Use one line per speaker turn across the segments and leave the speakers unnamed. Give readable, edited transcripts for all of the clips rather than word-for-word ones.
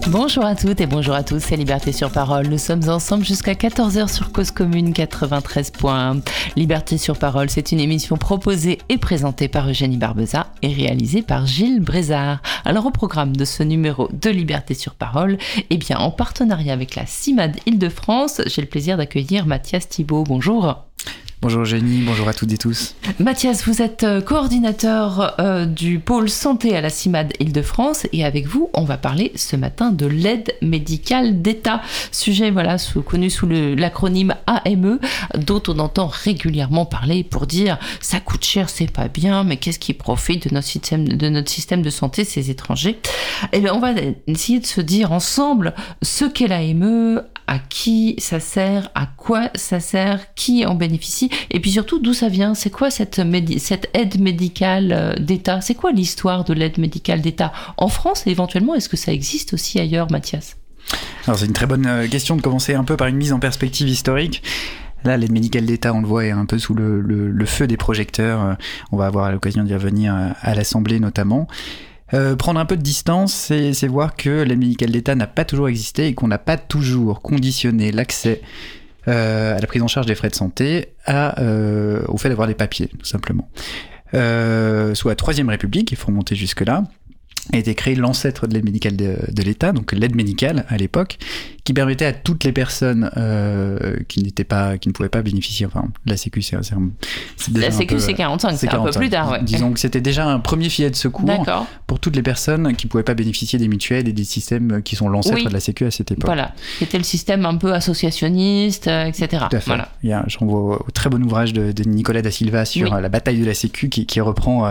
Bonjour à toutes et bonjour à tous, c'est Liberté sur Parole. Nous sommes ensemble jusqu'à 14h sur Cause Commune 93.1. Liberté sur Parole, c'est une émission proposée et présentée par Eugénie Barbeza et réalisée par Gilles Brézard. Alors au programme de ce numéro de Liberté sur Parole, en partenariat avec la CIMAD Île-de-France, j'ai le plaisir d'accueillir Mathias Thibault. Bonjour.
Bonjour Eugénie, bonjour à toutes et tous.
Mathias, vous êtes coordinateur du pôle santé à la CIMAD Île-de-France et avec vous, on va parler ce matin de l'aide médicale d'État. Sujet connu sous l'acronyme AME, dont on entend régulièrement parler pour dire ça coûte cher, c'est pas bien, mais qu'est-ce qui profite de notre système de santé, ces étrangers? On va essayer de se dire ensemble ce qu'est l'AME, à qui ça sert, à quoi ça sert, qui en bénéficie, et puis surtout d'où ça vient. C'est quoi cette aide médicale d'État? C'est quoi l'histoire de l'aide médicale d'État en France et éventuellement est-ce que ça existe aussi ailleurs, Mathias?
Alors c'est une très bonne question de commencer un peu par une mise en perspective historique. Là, l'aide médicale d'État, on le voit, est un peu sous le feu des projecteurs. On va avoir l'occasion d'y revenir à l'Assemblée notamment. Prendre un peu de distance, c'est voir que l'aide médicale d'État n'a pas toujours existé et qu'on n'a pas toujours conditionné l'accès à la prise en charge des frais de santé au fait d'avoir des papiers, tout simplement. Sous la Troisième République, il faut remonter jusque-là, a été créé l'ancêtre de l'aide médicale de l'État, donc l'aide médicale à l'époque, qui permettait à toutes les personnes qui ne pouvaient pas bénéficier, la Sécu, c'est
la Sécu, c'est 45, c'est un peu plus tard, ouais.
Disons que c'était déjà un premier filet de secours.
D'accord.
Pour toutes les personnes qui ne pouvaient pas bénéficier des mutuelles et des systèmes qui sont l'ancêtre de la Sécu à cette époque. Voilà,
c'était le système un peu associationniste, etc.
Tout à fait. Voilà. Je renvoie au très bon ouvrage de Nicolas da Silva sur la bataille de la Sécu qui reprend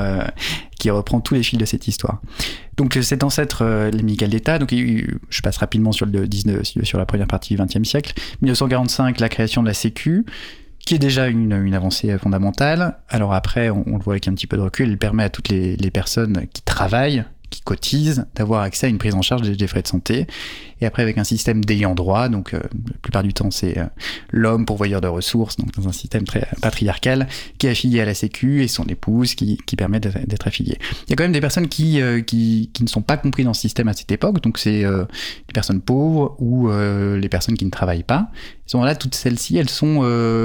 tous les fils de cette histoire. Donc cet ancêtre, l'aide médicale d'État, donc je passe rapidement sur la première partie du XXe siècle. 1945, la création de la Sécu, qui est déjà une avancée fondamentale. Alors après, on le voit avec un petit peu de recul, elle permet à toutes les personnes qui travaillent, qui cotisent, d'avoir accès à une prise en charge des frais de santé. Et après, avec un système d'ayant droit, donc la plupart du temps, c'est l'homme pourvoyeur de ressources, donc dans un système très patriarcal, qui est affilié à la Sécu et son épouse qui permet d'être affilié. Il y a quand même des personnes qui ne sont pas comprises dans ce système à cette époque, donc c'est les personnes pauvres ou les personnes qui ne travaillent pas. Là, toutes celles-ci, elles sont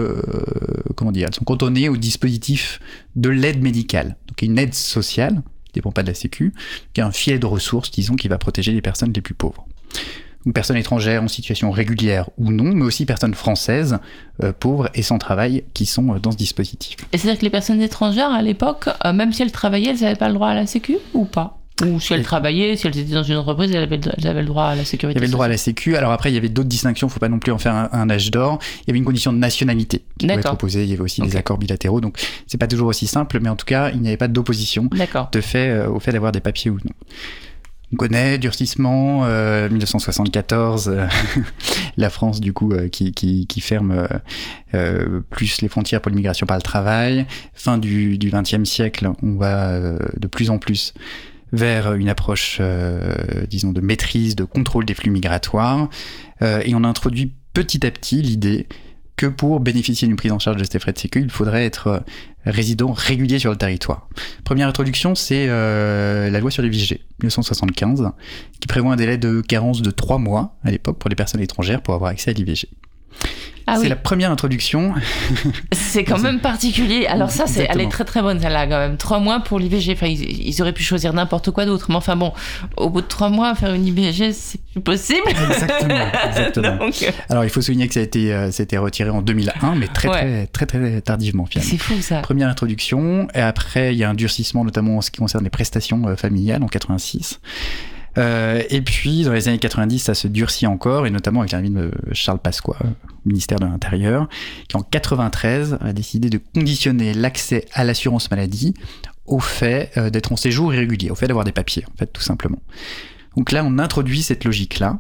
cantonnées au dispositif de l'aide médicale, donc une aide sociale, qui ne dépend pas de la Sécu, qui est un filet de ressources, disons, qui va protéger les personnes les plus pauvres. Donc personnes étrangères en situation régulière ou non, mais aussi personnes françaises, pauvres et sans travail, qui sont dans ce dispositif.
Et c'est-à-dire que les personnes étrangères, à l'époque, même si elles travaillaient, elles n'avaient pas le droit à la Sécu ou pas? Ou si elles travaillaient, si elles étaient dans une entreprise, elles avaient le droit à la sécurité.
Il y avait le droit à la Sécu. Alors après, il y avait d'autres distinctions, il ne faut pas non plus en faire un âge d'or. Il y avait une condition de nationalité qui pouvait être opposée. Il y avait aussi des accords bilatéraux. Donc, c'est pas toujours aussi simple, mais en tout cas, il n'y avait pas d'opposition au fait d'avoir des papiers ou non. On connaît durcissement, 1974, la France du coup qui ferme plus les frontières pour l'immigration par le travail. Fin du XXe siècle, on va de plus en plus vers une approche, de maîtrise, de contrôle des flux migratoires. Et on a introduit petit à petit l'idée que pour bénéficier d'une prise en charge de ces frais de sécu, il faudrait être résident régulier sur le territoire. Première introduction, c'est la loi sur les VG, 1975, qui prévoit un délai de carence de 3 mois à l'époque pour les personnes étrangères pour avoir accès à l'IVG. C'est la première introduction.
C'est quand même particulier. Alors ça, elle est très très bonne celle-là quand même. 3 mois pour l'IVG. Enfin, ils auraient pu choisir n'importe quoi d'autre. Mais enfin bon, au bout de 3 mois, faire une IVG, c'est plus possible.
Exactement. Donc... Alors il faut souligner que ça a été retiré en 2001, mais très tardivement finalement.
C'est fou ça.
Première introduction. Et après, il y a un durcissement, notamment en ce qui concerne les prestations familiales en 86. Et puis, dans les années 90, ça se durcit encore, et notamment avec l'arrivée de Charles Pasqua, ministère de l'Intérieur, qui en 93 a décidé de conditionner l'accès à l'assurance maladie au fait d'être en séjour irrégulier, au fait d'avoir des papiers, en fait, tout simplement. Donc là, on introduit cette logique-là,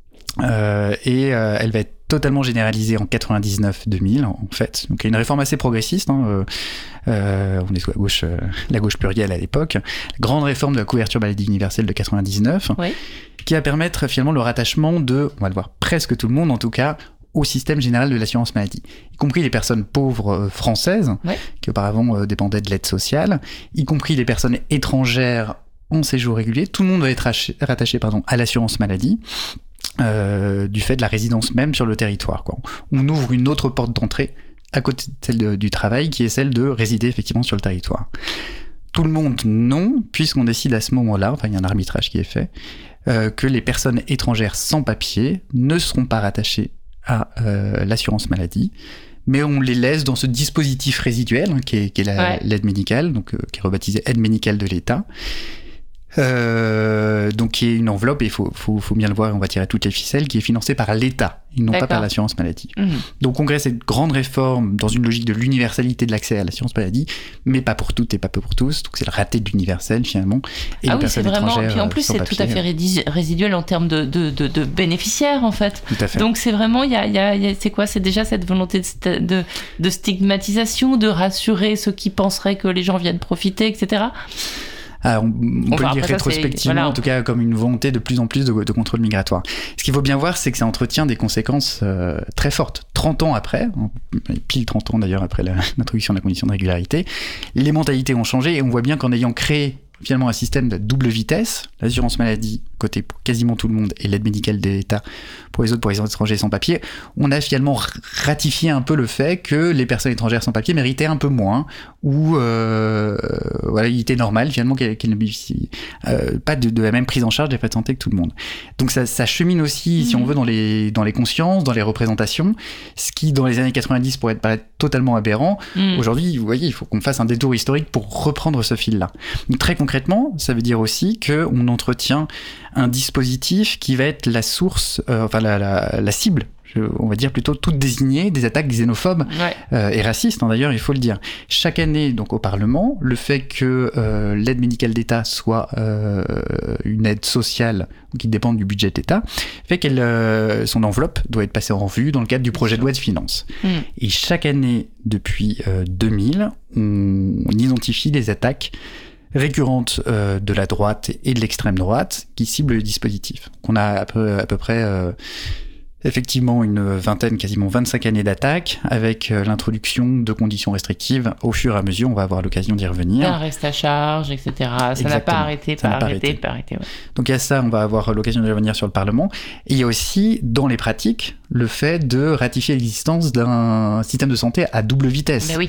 et elle va être totalement généralisée en 99-2000 en fait. Donc il y a une réforme assez progressiste, on est sous la gauche plurielle à l'époque. La grande réforme de la couverture maladie universelle de 99, qui va permettre finalement le rattachement de, on va le voir, presque tout le monde en tout cas, au système général de l'assurance maladie, y compris les personnes pauvres françaises, qui auparavant dépendaient de l'aide sociale, y compris les personnes étrangères en séjour régulier, tout le monde doit être rattaché à l'assurance maladie. Du fait de la résidence même sur le territoire, quoi. On ouvre une autre porte d'entrée à côté de celle du travail, qui est celle de résider effectivement sur le territoire. Tout le monde, non, puisqu'on décide à ce moment-là, il y a un arbitrage qui est fait, que les personnes étrangères sans papier ne seront pas rattachées à l'assurance maladie, mais on les laisse dans ce dispositif résiduel, qui est l'aide médicale, donc qui est rebaptisé aide médicale de l'État. Donc qui est une enveloppe, et il faut bien le voir, on va tirer toutes les ficelles, qui est financée par l'État et non pas par l'assurance maladie. Donc on crée cette grande réforme dans une logique de l'universalité de l'accès à l'assurance maladie, mais pas pour toutes et pas pour tous. Donc c'est le raté de l'universel finalement. Et
oui, c'est vraiment. Puis en plus c'est tout à fait résiduel en termes de bénéficiaires en fait.
Tout à fait.
Donc c'est vraiment c'est quoi ? C'est déjà cette volonté de stigmatisation, de rassurer ceux qui penseraient que les gens viennent profiter, etc.
On peut le dire rétrospectivement, en tout cas comme une volonté de plus en plus de contrôle migratoire. Ce qu'il faut bien voir, c'est que ça entretient des conséquences très fortes. 30 ans après, pile 30 ans d'ailleurs après l'introduction de la condition de régularité, les mentalités ont changé, et on voit bien qu'en ayant créé finalement un système de double vitesse, l'assurance maladie côté pour quasiment tout le monde et l'aide médicale de l'État pour les étrangers sans papier, on a finalement ratifié un peu le fait que les personnes étrangères sans papier méritaient un peu moins, ou il était normal finalement qu'elles ne bénéficient pas de la même prise en charge des frais de santé que tout le monde. Donc ça chemine aussi, si on veut, dans les consciences, dans les représentations, ce qui dans les années 90 pourrait paraître totalement aberrant. Aujourd'hui, vous voyez, il faut qu'on fasse un détour historique pour reprendre ce fil-là. Donc très concrètement, ça veut dire aussi qu'on entretient un dispositif qui va être la source, la cible, on va dire plutôt toute désignée des attaques xénophobes et racistes, d'ailleurs, il faut le dire. Chaque année, donc au Parlement, le fait que l'aide médicale d'État soit une aide sociale qui dépend du budget d'État, fait qu'elle son enveloppe doit être passée en revue dans le cadre du projet de loi de finances. Et chaque année, depuis 2000, on identifie des attaques récurrentes de la droite et de l'extrême droite qui ciblent le dispositif. On a à peu près effectivement une vingtaine, quasiment 25 années d'attaques, avec l'introduction de conditions restrictives. Au fur et à mesure, on va avoir l'occasion d'y revenir.
Un reste à charge, etc. Ça n'a pas arrêté. Ouais.
Donc il y a ça, on va avoir l'occasion d'y revenir sur le Parlement. Et il y a aussi, dans les pratiques, le fait de ratifier l'existence d'un système de santé à double vitesse.
Mais oui.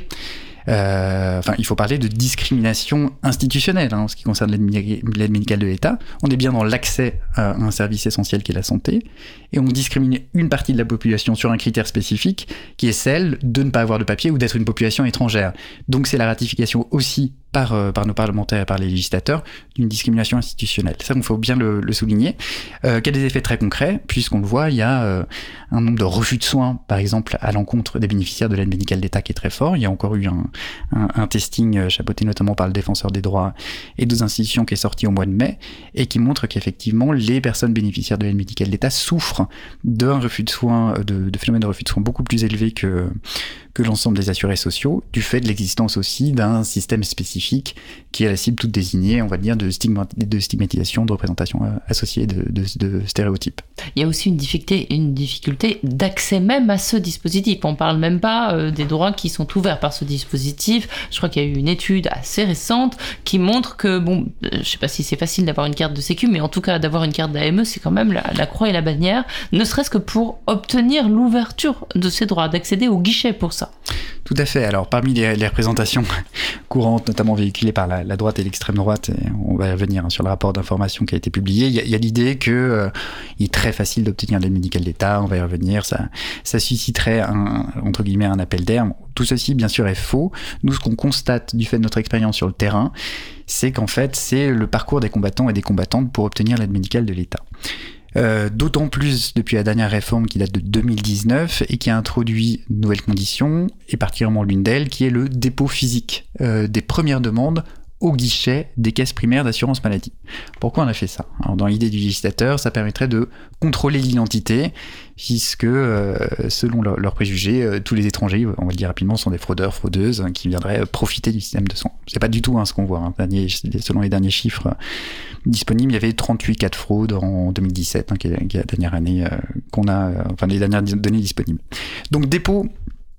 Il faut parler de discrimination institutionnelle en ce qui concerne l'aide médicale de l'État. On est bien dans l'accès à un service essentiel qui est la santé, et on discrimine une partie de la population sur un critère spécifique qui est celle de ne pas avoir de papier ou d'être une population étrangère. Donc c'est la ratification aussi par nos parlementaires et par les législateurs d'une discrimination institutionnelle. Ça, il faut bien le souligner, qui a des effets très concrets, puisqu'on le voit, il y a un nombre de refus de soins, par exemple, à l'encontre des bénéficiaires de l'aide médicale d'État qui est très fort. Il y a encore eu un testing chapeauté notamment par le Défenseur des droits et d'autres institutions qui est sorti au mois de mai, et qui montre qu'effectivement, les personnes bénéficiaires de l'aide médicale d'État souffrent d'un refus de soins, de phénomènes de refus de soins beaucoup plus élevés que l'ensemble des assurés sociaux, du fait de l'existence aussi d'un système spécifique qui est la cible toute désignée, on va dire, de stigmatisation, de représentation associée, de stéréotypes.
Il y a aussi une difficulté d'accès même à ce dispositif. On ne parle même pas des droits qui sont ouverts par ce dispositif. Je crois qu'il y a eu une étude assez récente qui montre que, je ne sais pas si c'est facile d'avoir une carte de sécu, mais en tout cas d'avoir une carte d'AME, c'est quand même la croix et la bannière, ne serait-ce que pour obtenir l'ouverture de ces droits, d'accéder au guichet pour ça.
Tout à fait. Alors, parmi les représentations courantes, notamment véhiculées par la droite et l'extrême droite, et on va y revenir sur le rapport d'information qui a été publié, il y a l'idée qu'il est très facile d'obtenir l'aide médicale d'État, on va y revenir, ça susciterait entre guillemets un appel d'air. Tout ceci, bien sûr, est faux. Nous, ce qu'on constate du fait de notre expérience sur le terrain, c'est qu'en fait, c'est le parcours des combattants et des combattantes pour obtenir l'aide médicale de l'État. D'autant plus depuis la dernière réforme qui date de 2019 et qui a introduit de nouvelles conditions, et particulièrement l'une d'elles qui est le dépôt physique des premières demandes au guichet des caisses primaires d'assurance maladie. Pourquoi on a fait ça ? Alors, dans l'idée du législateur, ça permettrait de contrôler l'identité, puisque selon leurs préjugés, tous les étrangers, on va le dire rapidement, sont des fraudeurs, fraudeuses, qui viendraient profiter du système de soins. C'est pas du tout ce qu'on voit. Selon les derniers chiffres disponibles, il y avait 38 cas de fraude en 2017, qui est la dernière année qu'on a, les dernières données disponibles. Donc dépôt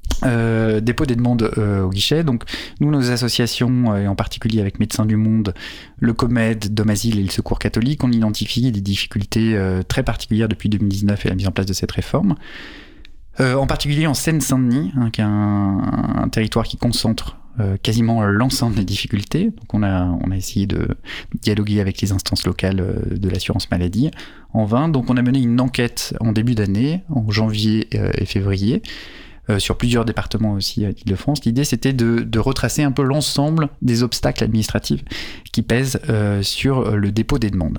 Dépôt des demandes au guichet. Donc nous, nos associations, et en particulier avec Médecins du Monde, le COMED, Dom Asile et le Secours catholique, on identifie des difficultés très particulières depuis 2019 et la mise en place de cette réforme. En particulier en Seine-Saint-Denis, qui est un territoire qui concentre quasiment l'ensemble des difficultés. Donc on a essayé de dialoguer avec les instances locales de l'assurance maladie en vain. Donc on a mené une enquête en début d'année, en janvier et février, sur plusieurs départements aussi d'Île-de-France. L'idée, c'était de retracer un peu l'ensemble des obstacles administratifs qui pèsent sur le dépôt des demandes.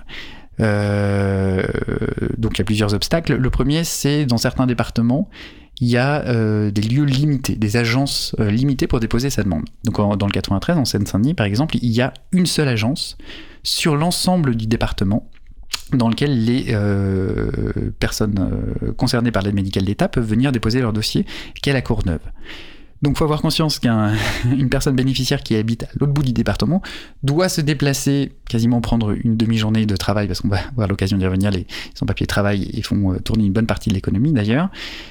Donc il y a plusieurs obstacles. Le premier, c'est dans certains départements, il y a des lieux limités, des agences limitées pour déposer sa demande. Donc dans le 93, en Seine-Saint-Denis par exemple, il y a une seule agence sur l'ensemble du département dans lequel les personnes concernées par l'aide médicale d'État peuvent venir déposer leur dossier, qui est la Courneuve. Donc il faut avoir conscience qu'une personne bénéficiaire qui habite à l'autre bout du département doit se déplacer, quasiment prendre une demi-journée de travail, parce qu'on va avoir l'occasion d'y revenir, les sans-papiers travaillent et font tourner une bonne partie de l'économie d'ailleurs,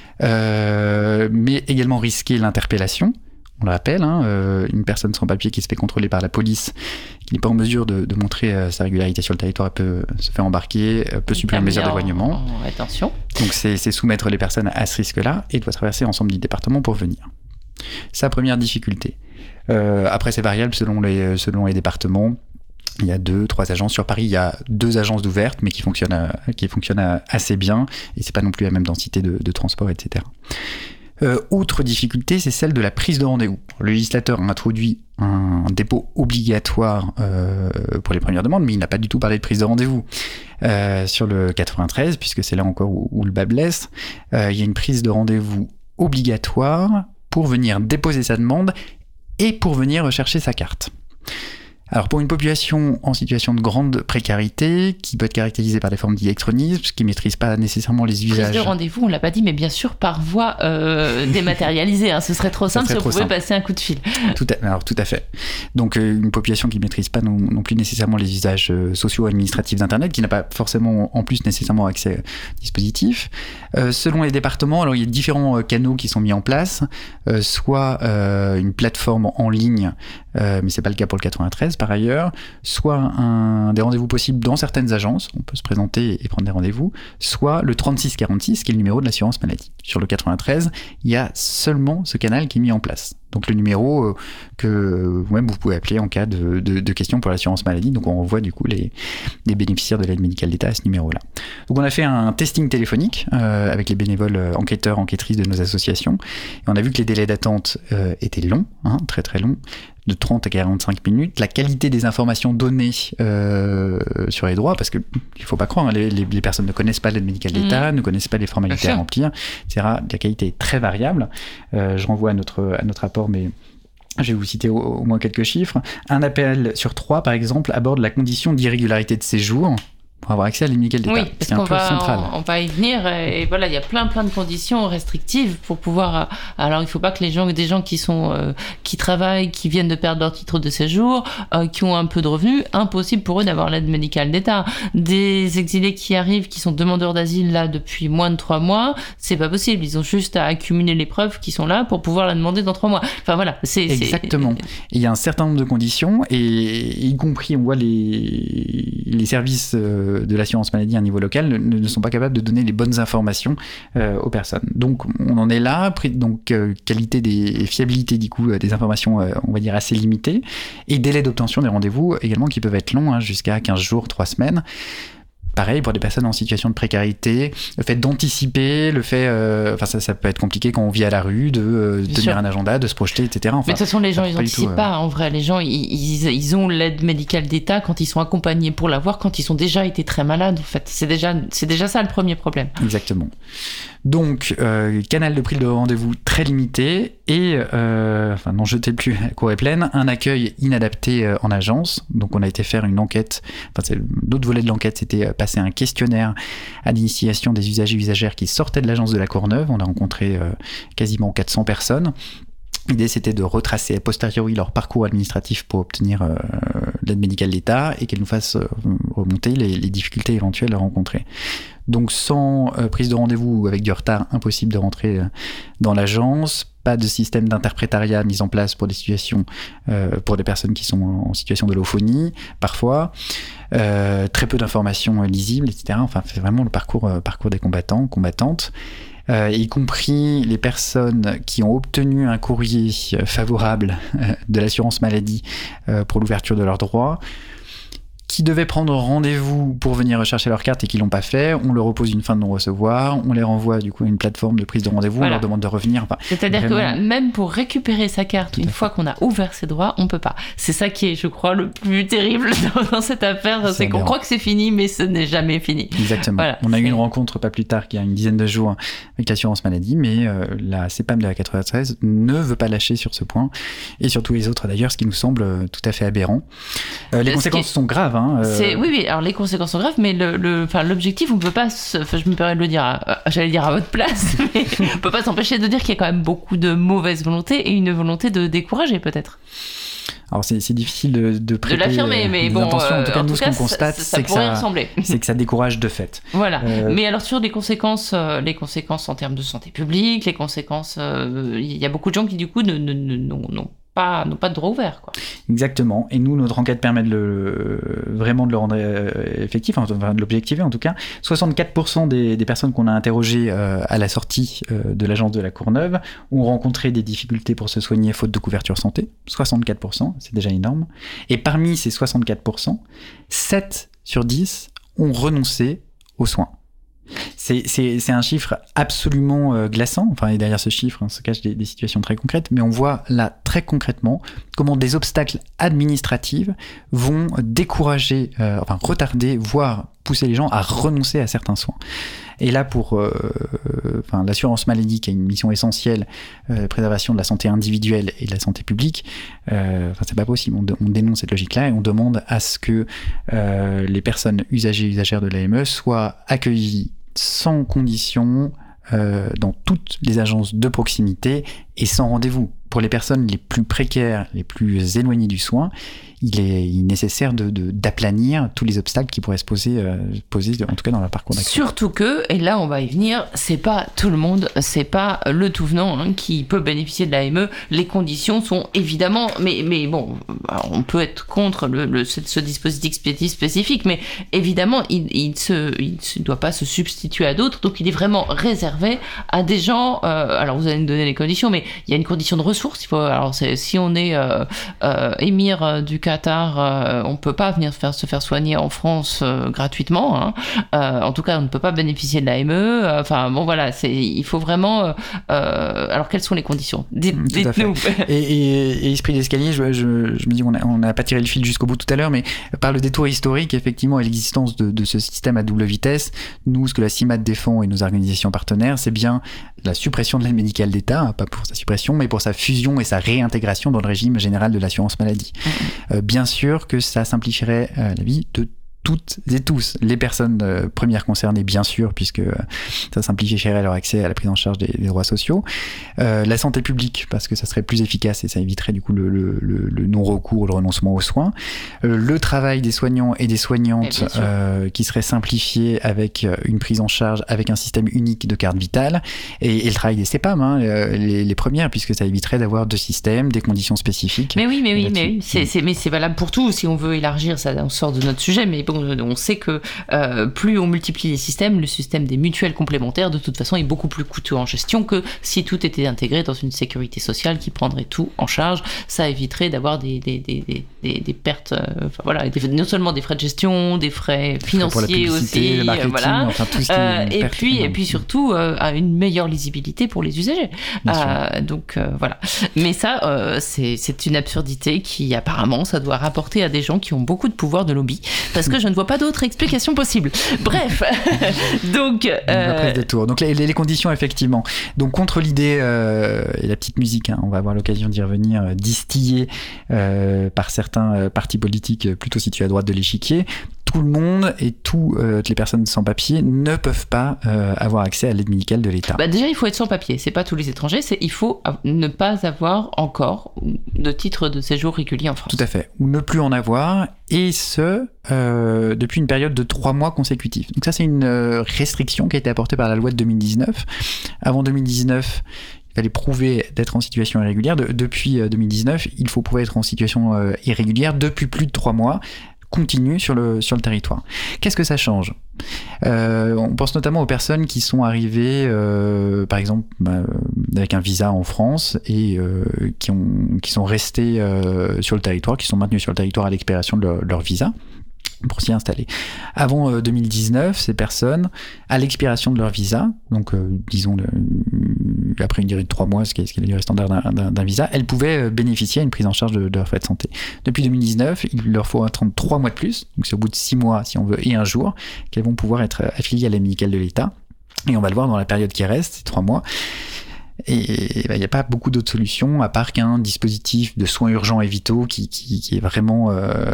mais également risquer l'interpellation. On le rappelle, une personne sans papier qui se fait contrôler par la police, qui n'est pas en mesure de montrer sa régularité sur le territoire, peut se faire embarquer, peut subir une mesure d'éloignement.
Attention.
Donc c'est soumettre les personnes à ce risque-là et doit traverser l'ensemble du département pour venir. Sa première difficulté. Après, c'est variable selon les départements. Il y a 2-3 agences. Sur Paris, il y a 2 agences d'ouvertes, mais qui fonctionnent assez bien. Et c'est pas non plus la même densité de transport, etc. Autre difficulté, c'est celle de la prise de rendez-vous. Le législateur a introduit un dépôt obligatoire pour les premières demandes, mais il n'a pas du tout parlé de prise de rendez-vous. Sur le 93, puisque c'est là encore où le bât blesse, il y a une prise de rendez-vous obligatoire pour venir déposer sa demande et pour venir rechercher sa carte. Alors pour une population en situation de grande précarité, qui peut être caractérisée par des formes d'illectronisme, qui ne maîtrise pas nécessairement les usages...
Prise de rendez-vous, on ne l'a pas dit, mais bien sûr par voie dématérialisée. Ce serait trop simple si on pouvait passer un coup de fil.
Tout à fait. Donc une population qui ne maîtrise pas non plus nécessairement les usages sociaux administratifs d'Internet, qui n'a pas forcément en plus nécessairement accès au dispositif. Selon les départements, alors il y a différents canaux qui sont mis en place, soit une plateforme en ligne, mais c'est pas le cas pour le 93 par ailleurs, soit des rendez-vous possibles dans certaines agences, on peut se présenter et prendre des rendez-vous, soit le 3646 qui est le numéro de l'assurance maladie. Sur le 93, il y a seulement ce canal qui est mis en place. Donc le numéro que vous-même vous pouvez appeler en cas de questions pour l'assurance maladie. Donc on renvoie du coup les bénéficiaires de l'aide médicale d'État à ce numéro-là. Donc on a fait un testing téléphonique avec les bénévoles enquêteurs, enquêtrices de nos associations. Et on a vu que les délais d'attente étaient longs, très très longs, de 30 à 45 minutes. La qualité des informations données sur les droits, parce qu'il ne faut pas croire, les personnes ne connaissent pas l'aide médicale d'État, ne connaissent pas les formalités à remplir, etc. La qualité est très variable. Je renvoie à notre rapport, mais je vais vous citer au moins quelques chiffres. Un appel sur 3, par exemple, aborde la condition d'irrégularité de séjour pour avoir accès à l'aide médicale d'État.
Oui, parce qu'on va y venir, et voilà, il y a plein de conditions restrictives pour pouvoir... Alors, il ne faut pas que des gens qui travaillent, qui viennent de perdre leur titre de séjour, qui ont un peu de revenus, impossible pour eux d'avoir l'aide médicale d'État. Des exilés qui arrivent, qui sont demandeurs d'asile là depuis moins de 3 mois, c'est pas possible. Ils ont juste à accumuler les preuves qui sont là pour pouvoir la demander dans 3 mois. Enfin voilà,
Exactement. Il y a un certain nombre de conditions, et y compris, on voit les services de l'assurance maladie à un niveau local ne sont pas capables de donner les bonnes informations aux personnes. Donc on en est là, donc qualité et fiabilité du coup des informations on va dire assez limitées, et délai d'obtention des rendez-vous également qui peuvent être longs, jusqu'à 15 jours, 3 semaines. Pareil pour des personnes en situation de précarité, le fait d'anticiper, ça peut être compliqué quand on vit à la rue, de tenir un agenda, de se projeter, etc.
Mais de toute façon, les gens, ils n'anticipent pas. En vrai, les gens, ils ont l'aide médicale d'État quand ils sont accompagnés pour l'avoir, quand ils ont déjà été très malades. En fait, c'est déjà ça le premier problème.
Exactement. Donc, canal de prise de rendez-vous très limité et, n'en jetez plus, la cour est pleine, un accueil inadapté en agence. Donc, on a été faire une enquête. L'autre volet de l'enquête, c'était passer un questionnaire à l'initiation des usagers et usagères qui sortaient de l'agence de la Courneuve. On a rencontré quasiment 400 personnes. L'idée, c'était de retracer a posteriori leur parcours administratif pour obtenir l'aide médicale d'État et qu'elle nous fasse remonter les difficultés éventuelles à rencontrer. Donc sans prise de rendez-vous ou avec du retard, impossible de rentrer dans l'agence. pas de système d'interprétariat mis en place pour des situations, pour des personnes qui sont en situation d'allophonie, parfois. Très peu d'informations lisibles, etc. Enfin, c'est vraiment le parcours des combattants, combattantes. Y compris les personnes qui ont obtenu un courrier favorable de l'assurance maladie pour l'ouverture de leurs droits, qui devaient prendre rendez-vous pour venir rechercher leur carte et qui l'ont pas fait, on leur oppose une fin de non-recevoir, on les renvoie du coup à une plateforme de prise de rendez-vous, on leur demande de revenir. Enfin,
c'est-à-dire vraiment... que même pour récupérer sa carte une fois qu'on a ouvert ses droits, on peut pas. C'est ça qui est, je crois, le plus terrible dans cette affaire, c'est qu'on croit que c'est fini, mais ce n'est jamais fini.
Exactement. On a eu une rencontre pas plus tard qu'il y a une dizaine de jours avec l'assurance maladie, mais la CPAM de la 93 ne veut pas lâcher sur ce point, et surtout les autres d'ailleurs, ce qui nous semble tout à fait aberrant. Les conséquences sont graves.
Oui, alors les conséquences sont graves, mais l'objectif, on peut pas, je me permets de le dire, j'allais dire à votre place, mais on peut pas s'empêcher de dire qu'il y a quand même beaucoup de mauvaise volonté et une volonté de décourager peut-être.
Alors c'est difficile de
l'affirmer, mais bon,
intentions. En tout cas, nous, ce qu'on constate,
c'est
que ça décourage de fait.
Voilà. Mais alors sur les conséquences en termes de santé publique, les conséquences, il y a beaucoup de gens qui du coup n'ont pas de droit ouvert, quoi.
Exactement. Et nous, notre enquête permet vraiment de le rendre effectif, enfin de l'objectiver en tout cas. 64% des personnes qu'on a interrogées à la sortie de l'agence de la Courneuve ont rencontré des difficultés pour se soigner faute de couverture santé. 64%, c'est déjà énorme. Et parmi ces 64%, 7 sur 10 ont renoncé aux soins. C'est un chiffre absolument glaçant. Enfin, et derrière ce chiffre, se cachent des situations très concrètes, mais on voit là très concrètement comment des obstacles administratifs vont décourager, retarder, voire pousser les gens à renoncer à certains soins. Et là, pour l'assurance maladie, qui a une mission essentielle, préservation de la santé individuelle et de la santé publique, c'est pas possible. On dénonce cette logique-là et on demande à ce que les personnes usagers et usagères de l'AME soient accueillies sans condition dans toutes les agences de proximité et sans rendez-vous. Pour les personnes les plus précaires, les plus éloignées du soin, il est nécessaire d'aplanir tous les obstacles qui pourraient se poser en tout cas dans leur parcours d'action.
Surtout que, et là on va y venir, c'est pas tout le monde, c'est pas le tout venant qui peut bénéficier de l'AME. Les conditions sont évidemment, mais bon, on peut être contre ce dispositif spécifique, mais évidemment il ne doit pas se substituer à d'autres, donc il est vraiment réservé à des gens. Alors vous allez me donner les conditions, mais il y a une condition de ressources. Si on est émir du Qatar, on peut pas venir se faire soigner en France gratuitement. En tout cas, on ne peut pas bénéficier de l'AME. Il faut vraiment. Alors, quelles sont les conditions ? Dites-nous.
Et esprit d'escalier, je me dis, on n'a pas tiré le fil jusqu'au bout tout à l'heure, mais par le détour historique, effectivement, et l'existence de ce système à double vitesse, nous, ce que la CIMAD défend et nos organisations partenaires, c'est bien la suppression de l'aide médicale d'État, pas pour sa suppression, mais pour sa fusion et sa réintégration dans le régime général de l'assurance maladie. Bien sûr que ça simplifierait la vie de toutes et tous. Les personnes premières concernées, bien sûr, puisque ça simplifierait leur accès à la prise en charge des droits sociaux. La santé publique, parce que ça serait plus efficace et ça éviterait du coup le non-recours, le renoncement aux soins. Le travail des soignants et des soignantes qui serait simplifié avec une prise en charge, avec un système unique de carte vitale. Et le travail des CPAM, les premières, puisque ça éviterait d'avoir deux systèmes, des conditions spécifiques.
Mais oui. C'est valable pour tout. Si on veut élargir, ça on sort de notre sujet, mais bon, on sait que plus on multiplie les systèmes, le système des mutuelles complémentaires, de toute façon, est beaucoup plus coûteux en gestion que si tout était intégré dans une sécurité sociale qui prendrait tout en charge. Ça éviterait d'avoir des pertes, non seulement des frais de gestion, des frais financiers aussi, et puis surtout une meilleure lisibilité pour les usagers. Voilà. Mais ça, c'est une absurdité qui apparemment, ça doit rapporter à des gens qui ont beaucoup de pouvoir de lobby, parce que je ne vois pas d'autre explication possible. Bref, donc...
Donc les conditions, effectivement. Donc contre l'idée, et la petite musique, on va avoir l'occasion d'y revenir, distillée par certains partis politiques plutôt situés à droite de l'échiquier, tout le monde et toutes les personnes sans papier ne peuvent pas avoir accès à l'aide médicale de l'État.
Déjà, il faut être sans papier. C'est pas tous les étrangers. Il faut ne pas avoir encore de titre de séjour régulier en France.
Tout à fait. Ou ne plus en avoir, et ce, depuis une période de 3 mois consécutifs. Donc ça, c'est une restriction qui a été apportée par la loi de 2019. Avant 2019, fallait prouver d'être en situation irrégulière. Depuis 2019, il faut prouver être en situation irrégulière depuis plus de 3 mois continue sur le territoire. Qu'est-ce que ça change ? On pense notamment aux personnes qui sont arrivées, par exemple, avec un visa en France et qui sont restées sur le territoire, qui sont maintenues sur le territoire à l'expiration de leur visa pour s'y installer. Avant 2019, ces personnes, à l'expiration de leur visa, donc disons après une durée de 3 mois, ce qui est la durée standard d'un visa, elles pouvaient bénéficier d'une prise en charge de leurs frais de santé. Depuis 2019, il leur faut attendre 3 mois de plus, donc c'est au bout de 6 mois si on veut, et un jour, qu'elles vont pouvoir être affiliées à l'aide médicale de l'État. Et on va le voir dans la période qui reste, ces 3 mois. Et il n'y a pas beaucoup d'autres solutions à part qu'un dispositif de soins urgents et vitaux qui est vraiment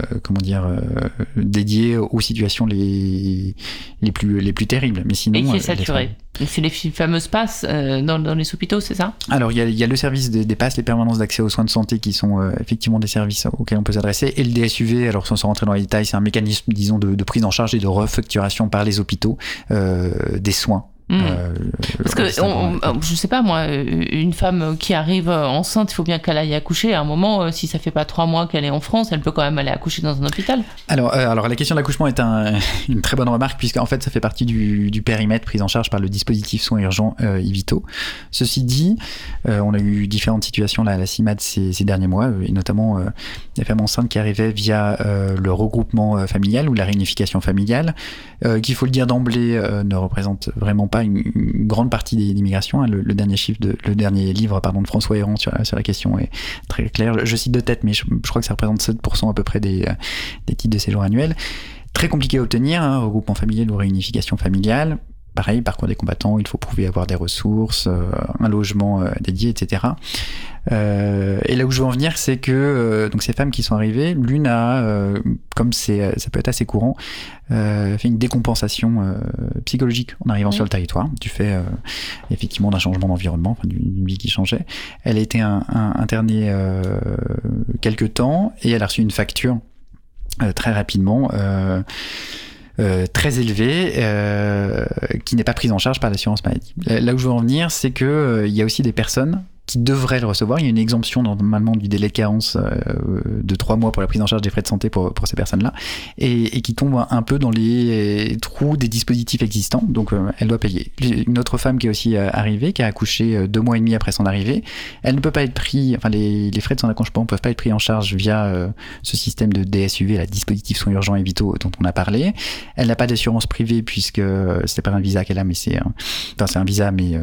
dédié aux situations les plus terribles. Mais sinon,
et qui est saturé. C'est les fameuses passes dans les hôpitaux, c'est ça ?
Alors il y a le service des passes, les permanences d'accès aux soins de santé qui sont effectivement des services auxquels on peut s'adresser, et le DSUV, alors sans rentrer dans les détails, c'est un mécanisme, disons, de prise en charge et de refacturation par les hôpitaux des soins.
Parce que je sais pas moi, une femme qui arrive enceinte, il faut bien qu'elle aille accoucher à un moment. Si ça fait pas 3 mois qu'elle est en France, elle peut quand même aller accoucher dans un hôpital.
Alors la question de l'accouchement est une très bonne remarque, puisqu'en fait ça fait partie du périmètre pris en charge par le dispositif soins urgents et vitaux. Ceci dit, on a eu différentes situations là à la CIMAD ces derniers mois, et notamment des femmes enceintes qui arrivaient via le regroupement familial ou la réunification familiale, qui, il faut le dire d'emblée, ne représente vraiment pas une grande partie des migrations. Le dernier livre de François Héran sur la question est très clair. Je cite de tête, mais je crois que ça représente 7% à peu près des titres de séjour annuels. Très compliqué à obtenir, regroupement familial ou réunification familiale. Pareil, parcours des combattants, il faut prouver avoir des ressources, un logement dédié, etc. Et là où je veux en venir, c'est que donc ces femmes qui sont arrivées, l'une a, comme ça peut être assez courant, fait une décompensation psychologique en arrivant sur le territoire, du fait effectivement d'un changement d'environnement, d'une vie qui changeait. Elle a été internée quelques temps et elle a reçu une facture très rapidement. Très élevée, qui n'est pas prise en charge par l'assurance maladie. Là où je veux en venir, c'est que il y a aussi des personnes qui devraient le recevoir. Il y a une exemption normalement du délai de carence de 3 mois pour la prise en charge des frais de santé pour ces personnes-là, et qui tombent un peu dans les trous des dispositifs existants, donc elle doit payer. Une autre femme qui est aussi arrivée, qui a accouché 2 mois et demi après son arrivée, elle ne peut pas être prise, enfin les frais de son accouchement ne peuvent pas être pris en charge via ce système de DSUV, la dispositif soins urgents et vitaux dont on a parlé. Elle n'a pas d'assurance privée puisque c'est pas un visa qu'elle a, mais c'est un visa, mais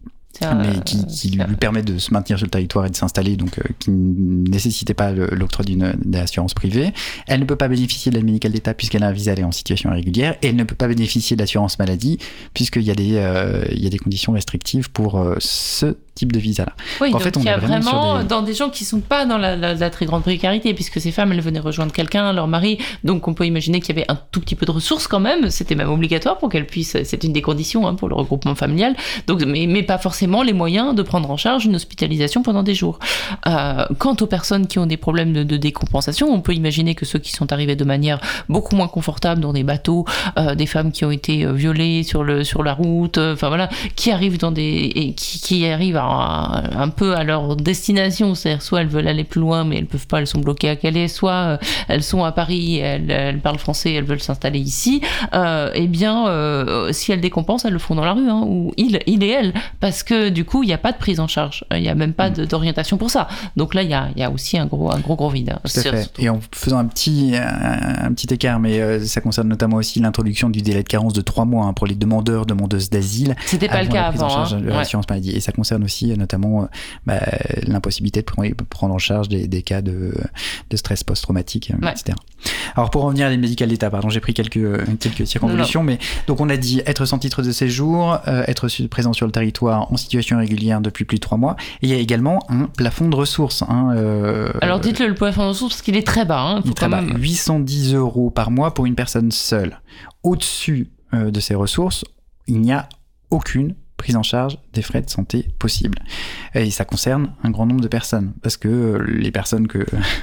qui lui permet de se maintenir sur le territoire et de s'installer, donc qui ne nécessitait pas l'octroi d'une assurance privée. Elle ne peut pas bénéficier de l'aide médicale d'État puisqu'elle a un visa, elle est en situation irrégulière, et elle ne peut pas bénéficier de l'assurance maladie puisqu'il y a des conditions restrictives pour ce type de visa-là.
Oui, donc il y a vraiment dans des gens qui ne sont pas dans la très grande précarité, puisque ces femmes, elles venaient rejoindre quelqu'un, leur mari, donc on peut imaginer qu'il y avait un tout petit peu de ressources quand même, c'était même obligatoire pour qu'elles puissent, c'est une des conditions pour le regroupement familial, donc, mais pas forcément les moyens de prendre en charge une hospitalisation pendant des jours. Quant aux personnes qui ont des problèmes de décompensation, on peut imaginer que ceux qui sont arrivés de manière beaucoup moins confortable dans des bateaux, des femmes qui ont été violées sur la route, enfin voilà, qui arrivent qui arrivent un peu à leur destination, c'est-à-dire soit elles veulent aller plus loin mais elles peuvent pas, elles sont bloquées à Calais, soit elles sont à Paris, elles parlent français, elles veulent s'installer ici, eh bien si elles décompensent, elles le font dans la rue, ou il et elle, parce que du coup il n'y a pas de prise en charge, il n'y a même pas d'orientation pour ça, donc là il y a aussi un gros vide.
Tout à fait. Et en faisant un petit écart, mais ça concerne notamment aussi l'introduction du délai de carence de 3 mois pour les demandeuses d'asile.
C'était pas le cas avant.
L'assurance maladie. Et ça concerne aussi notamment l'impossibilité de prendre en charge des cas de stress post-traumatique, etc. Alors pour revenir à l'aide médicale d'État, j'ai pris quelques circonvolutions, mais donc on a dit être sans titre de séjour, être présent sur le territoire en situation irrégulière depuis plus de 3 mois, et il y a également un plafond de ressources.
Alors dites-le, le plafond de ressources, parce qu'il est très bas.
Il est très bas, 810 € par mois pour une personne seule. Au-dessus de ces ressources, il n'y a aucune prise en charge des frais de santé possible. Et ça concerne un grand nombre de personnes, parce que les personnes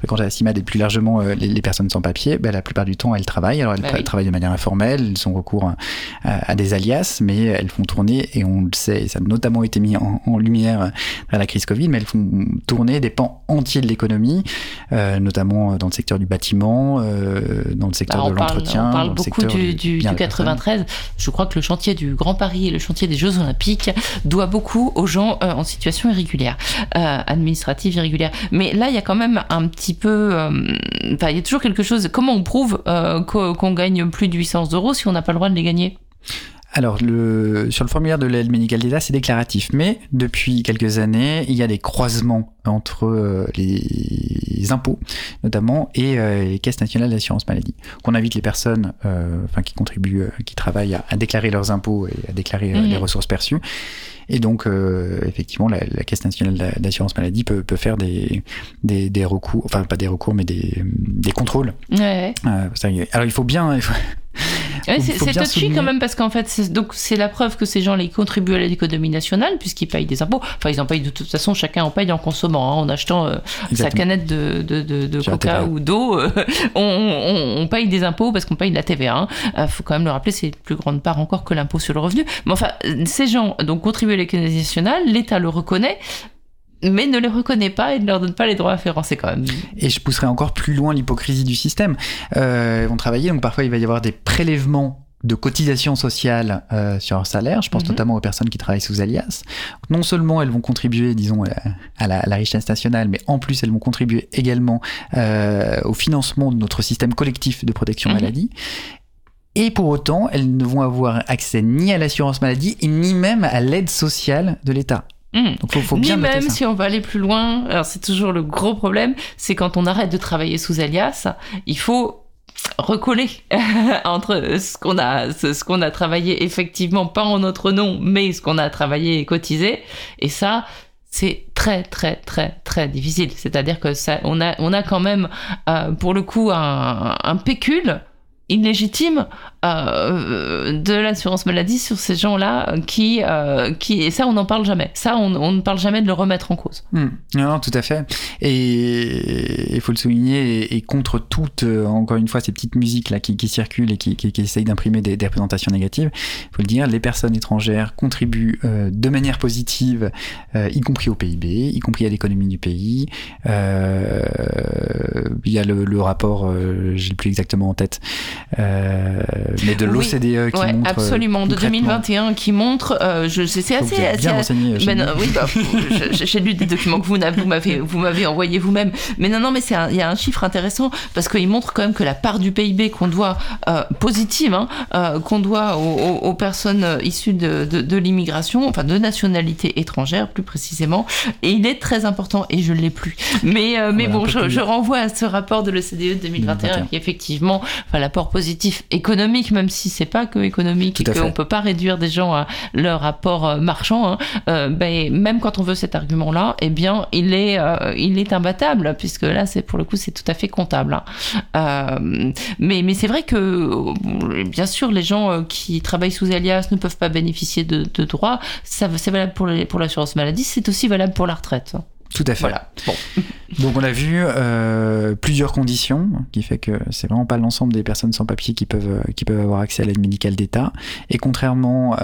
fréquentent la CIMAD et plus largement les personnes sans papier, la plupart du temps elles travaillent. Alors elles travaillent de manière informelle, elles ont recours à des alias, mais elles font tourner, et on le sait, et ça a notamment été mis en lumière à la crise Covid, mais elles font tourner des pans entiers de l'économie, notamment dans le secteur du bâtiment, dans le secteur de l'entretien.
On parle beaucoup du 93. Je crois que le chantier du Grand Paris et le chantier des Jeux Olympiques doit beaucoup aux gens en situation irrégulière, administrative irrégulière. Mais là, il y a quand même un petit peu... il y a toujours quelque chose... Comment on prouve qu'on gagne plus de 800 € si on n'a pas le droit de les gagner ?
Alors, sur le formulaire de l'aide médicale d'État, c'est déclaratif. Mais depuis quelques années, il y a des croisements entre les impôts, notamment, et les caisses nationales d'assurance maladie. Qu'on invite les personnes qui contribuent, qui travaillent à déclarer leurs impôts et à déclarer les ressources perçues. Et donc, effectivement, la Caisse nationale d'assurance maladie peut faire des recours, enfin pas des recours, mais des contrôles. Ouais. Alors, il faut bien...
c'est touchy quand même, parce qu'en fait, c'est la preuve que ces gens ils contribuent à l'économie nationale, puisqu'ils payent des impôts. Enfin, ils en payent de toute façon, chacun en paye en consommant, en achetant sa canette de coca ou d'eau. On paye des impôts parce qu'on paye de la TVA. Faut quand même le rappeler, c'est une plus grande part encore que l'impôt sur le revenu. Mais enfin, ces gens donc contribuent à l'économie nationale, l'État le reconnaît, mais ne les reconnaît pas et ne leur donne pas les droits afférents, c'est quand même...
Et je pousserai encore plus loin l'hypocrisie du système. Ils vont travailler, donc parfois il va y avoir des prélèvements de cotisations sociales sur leur salaire. Je pense notamment aux personnes qui travaillent sous alias. Non seulement elles vont contribuer, disons, à la richesse nationale, mais en plus elles vont contribuer également au financement de notre système collectif de protection maladie. Et pour autant, elles ne vont avoir accès ni à l'assurance maladie, ni même à l'aide sociale de l'État. Donc faut bien
ni même
ça.
Si on va aller plus loin, alors c'est toujours le gros problème, c'est quand on arrête de travailler sous alias, il faut recoller entre ce qu'on a travaillé effectivement, pas en notre nom, mais ce qu'on a travaillé et cotisé, et ça c'est très très très très difficile. C'est-à-dire que ça, on a quand même pour le coup un pécule illégitime de l'assurance maladie sur ces gens-là qui et ça on n'en parle jamais. Ça on ne parle jamais de le remettre en cause.
Non, tout à fait. Et il faut le souligner, et contre toutes, encore une fois, ces petites musiques là qui circulent et qui essayent d'imprimer des représentations négatives, il faut le dire, les personnes étrangères contribuent de manière positive, y compris au PIB, y compris à l'économie du pays. Il y a le rapport, j'ai le plus exactement en tête, mais de l'OCDE qui montre
absolument de 2021 qui montre c'est assez
bien renseigné.
J'ai lu des documents que vous m'avez envoyé vous-même, mais non mais il y a un chiffre intéressant parce qu'il montre quand même que la part du PIB qu'on doit positive qu'on doit aux personnes issues de l'immigration, enfin de nationalité étrangère plus précisément, et il est très important, et je l'ai plus, mais bon, je renvoie à ce rapport de l'OCDE de 2021 qui effectivement, l'apport positif économique, même si c'est pas que économique et qu'on peut pas réduire des gens à leur rapport marchand, même quand on veut cet argument-là, eh bien il est imbattable, puisque là c'est pour le coup c'est tout à fait comptable. Mais c'est vrai que bien sûr les gens qui travaillent sous alias ne peuvent pas bénéficier de droits. C'est valable pour l'assurance maladie, c'est aussi valable pour la retraite.
Tout à fait.
Voilà. Bon.
Donc on a vu plusieurs conditions, qui fait que c'est vraiment pas l'ensemble des personnes sans papier qui peuvent avoir accès à l'aide médicale d'État. Et contrairement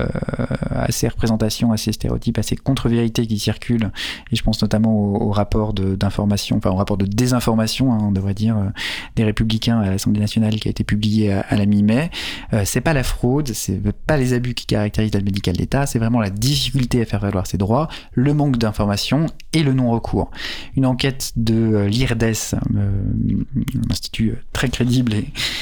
à ces représentations, à ces stéréotypes, à ces contre-vérités qui circulent, et je pense notamment au rapport d'information, enfin au rapport de désinformation, on devrait dire, des Républicains à l'Assemblée nationale qui a été publié à la mi-mai, c'est pas la fraude, c'est pas les abus qui caractérisent l'aide médicale d'État, c'est vraiment la difficulté à faire valoir ses droits, le manque d'information et le non-recours. Une enquête de l'IRDES, un institut très crédible,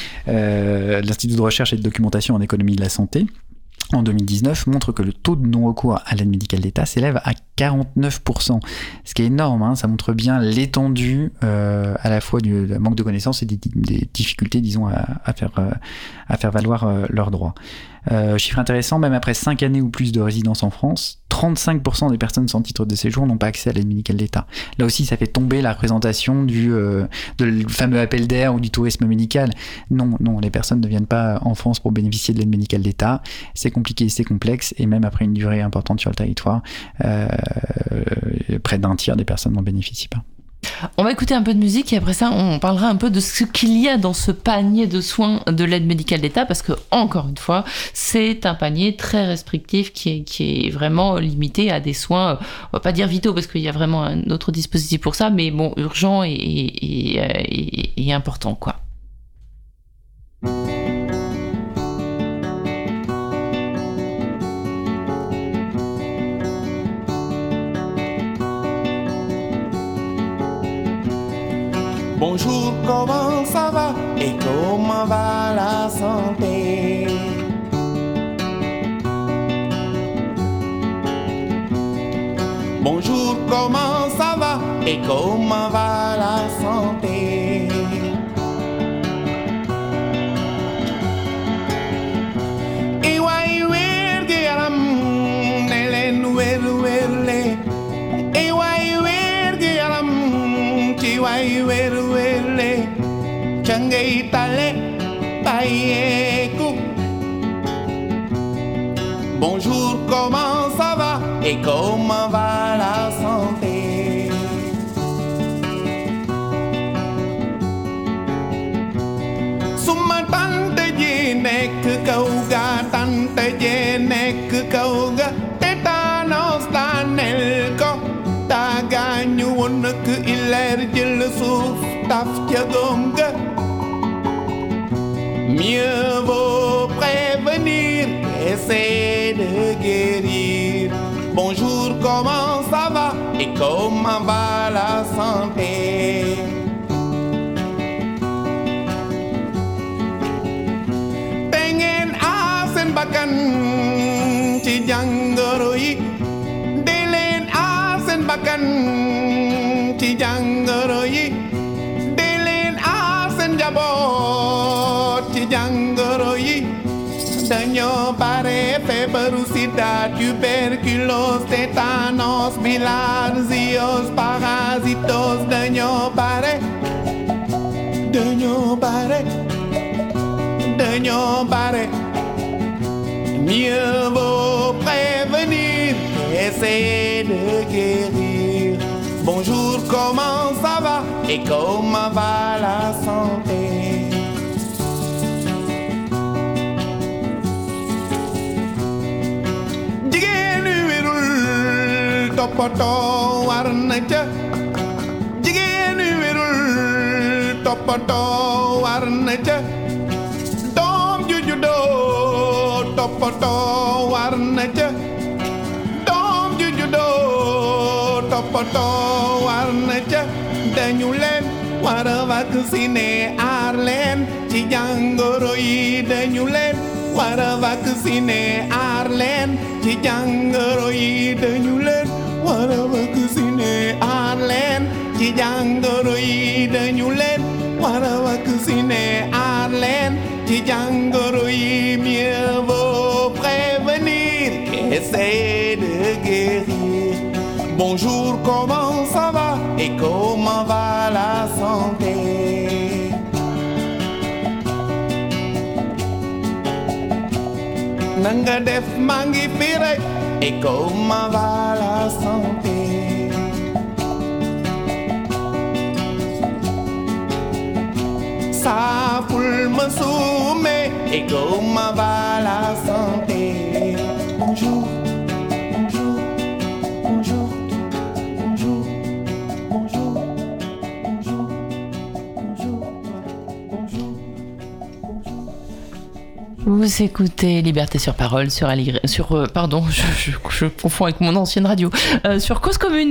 et l'Institut de recherche et de documentation en économie de la santé, en 2019, montre que le taux de non-recours à l'aide médicale d'État s'élève à 49%. Ce qui est énorme, ça montre bien l'étendue à la fois du manque de connaissances et des difficultés, disons, à faire valoir leurs droits. Chiffre intéressant, même après 5 années ou plus de résidence en France, 35% des personnes sans titre de séjour n'ont pas accès à l'aide médicale d'État. Là aussi, ça fait tomber la représentation de le fameux appel d'air ou du tourisme médical. Non, les personnes ne viennent pas en France pour bénéficier de l'aide médicale d'État. C'est compliqué, c'est complexe, et même après une durée importante sur le territoire, près d'un tiers des personnes n'en bénéficient pas.
On va écouter un peu de musique et après ça, on parlera un peu de ce qu'il y a dans ce panier de soins de l'aide médicale d'État parce que, encore une fois, c'est un panier très restrictif qui est vraiment limité à des soins, on va pas dire vitaux parce qu'il y a vraiment un autre dispositif pour ça, mais bon, urgent et important, quoi.
Bonjour, comment ça va et comment va la santé? Bonjour, comment ça va et comment va la santé? Bonjour, comment ça va et comment va la santé? Suma tante ji nekk kaw ga, tante ji nekk kaw ga, tétanos daaneel ko, daa gaañu woon nak ileer jël suuf taf ca doom ga. Mieux vaut prévenir qu'essayer de guérir. Bonjour, comment ça va et comment va la santé? Pengen asen bakkan ci jàngoro yi, de leen asen bakkan ci jàngoro yi, de leen asen njaboot ci jàngoro yi. Dañoo bare feebaru sida, tuberculose, tétanos, bilharziose, parasitos. Dañoo bare, dañoo bare, dañoo bare. Mieux vaut prévenir qu'essayer de guérir. Bonjour, comment ça va et comment va la santé? Toppatoo war na ca, jigéen yu wérul toppatoo war na ca, doom ju juddoo toppatoo war na ca, doom ju juddoo toppatoo war na ca. Dañu leen war a vacciner aar leen ci jàngoro yi, dañu leen war a vacciner aar leen ci jàngoro yi, dañu leen war a vacciner aar leen ci jàngoro yi, dañu leen war a vacciner aar leen ci jàngoro yi. Mieux vaut prévenir qu'essayer de guérir. Bonjour, comment ça va et comment va la santé? Nanga def maa ngi fi rek et comment va la santé? Saaful ma suume et comment va la santé? Bonjour, bonjour, bonjour, bonjour, bonjour, bonjour, bonjour, bonjour, bonjour.
Vous écoutez Liberté sur Parole pardon, je confonds avec mon ancienne radio, sur Cause Commune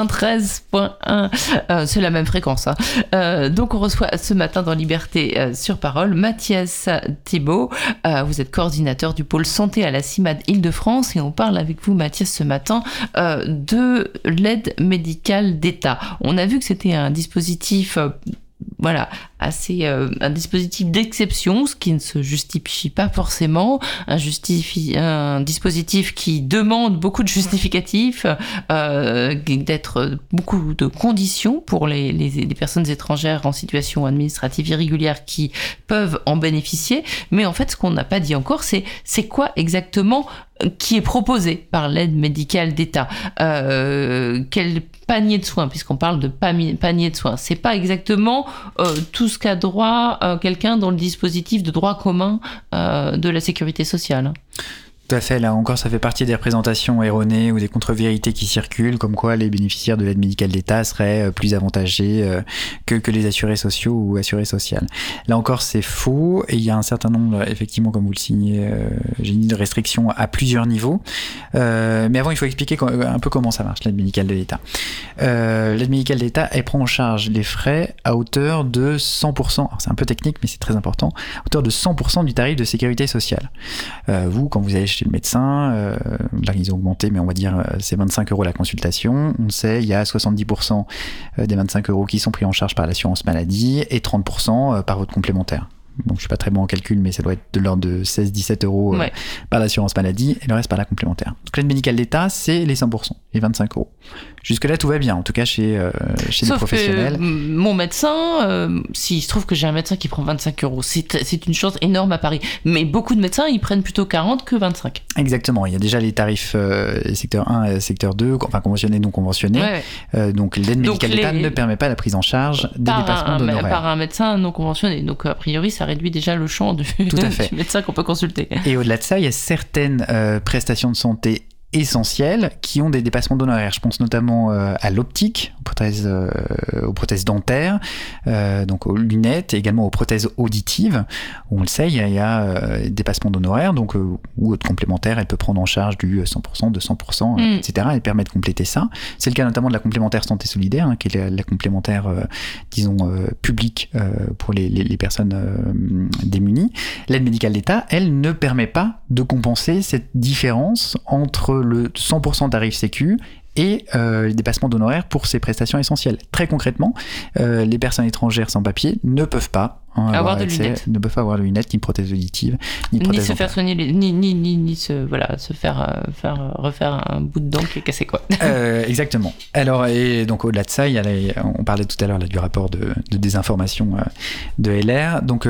93.1, c'est la même fréquence, hein. Donc on reçoit ce matin dans Liberté sur Parole Mathias Thibault, vous êtes coordinateur du pôle santé à la CIMAD Île-de-France et on parle avec vous, Mathias, ce matin de l'aide médicale d'État. On a vu que c'était un dispositif un dispositif d'exception, ce qui ne se justifie pas forcément, un dispositif qui demande beaucoup de justificatifs, d'être beaucoup de conditions pour les personnes étrangères en situation administrative irrégulière qui peuvent en bénéficier. Mais en fait, ce qu'on n'a pas dit encore, c'est quoi exactement qui est proposé par l'aide médicale d'État. Quel panier de soins, puisqu'on parle de panier de soins. C'est pas exactement tout ce qu'a droit quelqu'un dans le dispositif de droit commun de la sécurité sociale.
Tout à fait, là encore ça fait partie des représentations erronées ou des contre-vérités qui circulent, comme quoi les bénéficiaires de l'aide médicale d'État seraient plus avantagés que les assurés sociaux ou assurés sociales. Là encore c'est faux, et il y a un certain nombre, effectivement comme vous le signez, Jenny, de restrictions à plusieurs niveaux. Mais avant il faut expliquer un peu comment ça marche, l'aide médicale de l'État. L'aide médicale d'État, elle prend en charge les frais à hauteur de 100%, alors c'est un peu technique mais c'est très important, à hauteur de 100% du tarif de sécurité sociale. Vous, quand vous allez chez le médecin, là ils ont augmenté, mais on va dire c'est 25 € la consultation. On sait, il y a 70% des 25 € qui sont pris en charge par l'assurance maladie et 30% par votre complémentaire. Donc je suis pas très bon en calcul, mais ça doit être de l'ordre de 16-17 € par l'assurance maladie et le reste par la complémentaire. Donc l'aide médicale d'État, c'est les 100%, les 25 €. Jusque-là, tout va bien, en tout cas chez les professionnels.
Sauf que mon médecin, si je trouve que j'ai un médecin qui prend 25 €, c'est une chose énorme à Paris. Mais beaucoup de médecins, ils prennent plutôt 40 que 25.
Exactement, il y a déjà les tarifs secteur 1 et secteur 2, enfin conventionnés, non conventionnés. Donc l'aide médicale d'État ne permet pas la prise en charge des dépassements d'honoraires.
Par un médecin non conventionné. Donc a priori, ça réduit déjà le champ du médecin qu'on peut consulter.
Et au-delà de ça, il y a certaines prestations de santé essentielles qui ont des dépassements d'honoraires. Je pense notamment à l'optique, aux prothèses dentaires, donc aux lunettes, et également aux prothèses auditives. On le sait, il y a des dépassements d'honoraires, donc ou autre complémentaire, elle peut prendre en charge du 100%, 200%, etc. Elle permet de compléter ça. C'est le cas notamment de la complémentaire santé solidaire, qui est la complémentaire, disons, publique pour les personnes démunies. L'aide médicale d'État, elle ne permet pas de compenser cette différence entre le 100% tarif sécu et les dépassements d'honoraires pour ces prestations essentielles. Très concrètement, les personnes étrangères sans papier ne peuvent pas
avoir de lunettes.
Ne peuvent pas avoir de lunettes, ni de prothèses auditives, ni de prothèses
se faire soigner, ni se faire refaire un bout de dent qui est cassé, quoi.
Exactement. Alors, et donc au-delà de ça, on parlait tout à l'heure là, du rapport de désinformation de LR. Donc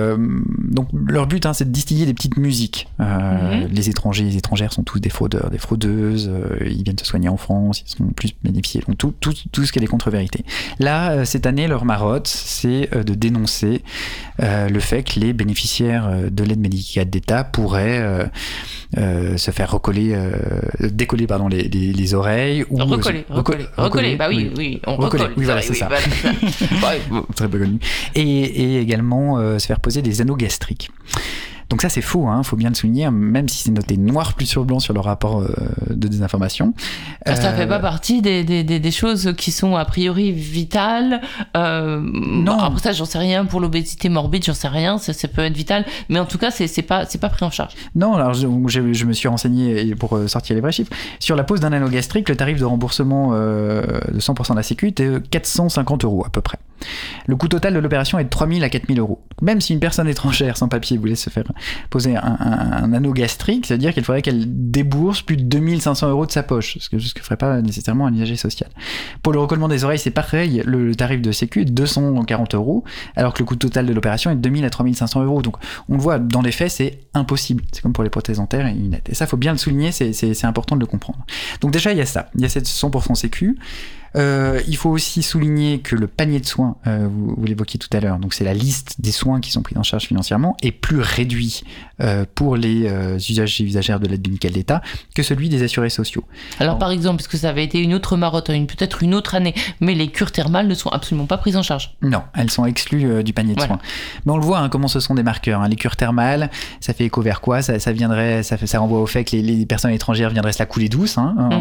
leur but, c'est de distiller des petites musiques. Les étrangers, les étrangères sont tous des fraudeurs, des fraudeuses. Ils viennent se soigner en France, ils sont plus bénéficiés. Donc tout ce qui est des contre-vérités. Là, cette année, leur marotte, c'est de dénoncer le fait que les bénéficiaires de l'aide médicale d'État pourraient se faire décoller les oreilles ou recoller. Bah oui, on recolle. Oui, voilà, c'est ça. Très peu connu. Et également se faire poser des anneaux gastriques. Donc ça c'est faux, faut bien le souligner, même si c'est noté noir plus sur blanc sur le rapport de désinformation.
Ça fait pas partie des choses qui sont a priori vitales. Non. Après ça j'en sais rien, pour l'obésité morbide j'en sais rien, ça peut être vital, mais en tout cas c'est pas pris en charge. Non, alors
je me suis renseigné pour sortir les vrais chiffres. Sur la pose d'un anneau gastrique, le tarif de remboursement de 100% de la Sécu était 450 € à peu près. Le coût total de l'opération est de 3 000 à 4 000 €. Même si une personne étrangère sans papier voulait se faire poser un anneau gastrique, c'est-à-dire qu'il faudrait qu'elle débourse plus de 2 500 € de sa poche, ce que ferait pas nécessairement un usager social. Pour le recollement des oreilles, c'est pareil, le tarif de Sécu est de 240 €, alors que le coût total de l'opération est de 2 000 à 3 500 €. Donc on le voit, dans les faits, c'est impossible. C'est comme pour les prothèses dentaires et lunettes. Et ça, faut bien le souligner, c'est important de le comprendre. Donc déjà, il y a ça. Il y a cette 100% Sécu. Il faut aussi souligner que le panier de soins, vous l'évoquiez tout à l'heure, donc c'est la liste des soins qui sont pris en charge financièrement, est plus réduit pour les usagers et usagères de l'aide médicale d'État que celui des assurés sociaux.
Alors par exemple, parce que ça avait été une autre marotte, peut-être une autre année, mais les cures thermales ne sont absolument pas prises en charge.
Non, elles sont exclues du panier de soins. Mais on le voit, comment ce sont des marqueurs. Les cures thermales, ça fait écho vers quoi ? Ça renvoie au fait que les personnes étrangères viendraient se la couler douce. On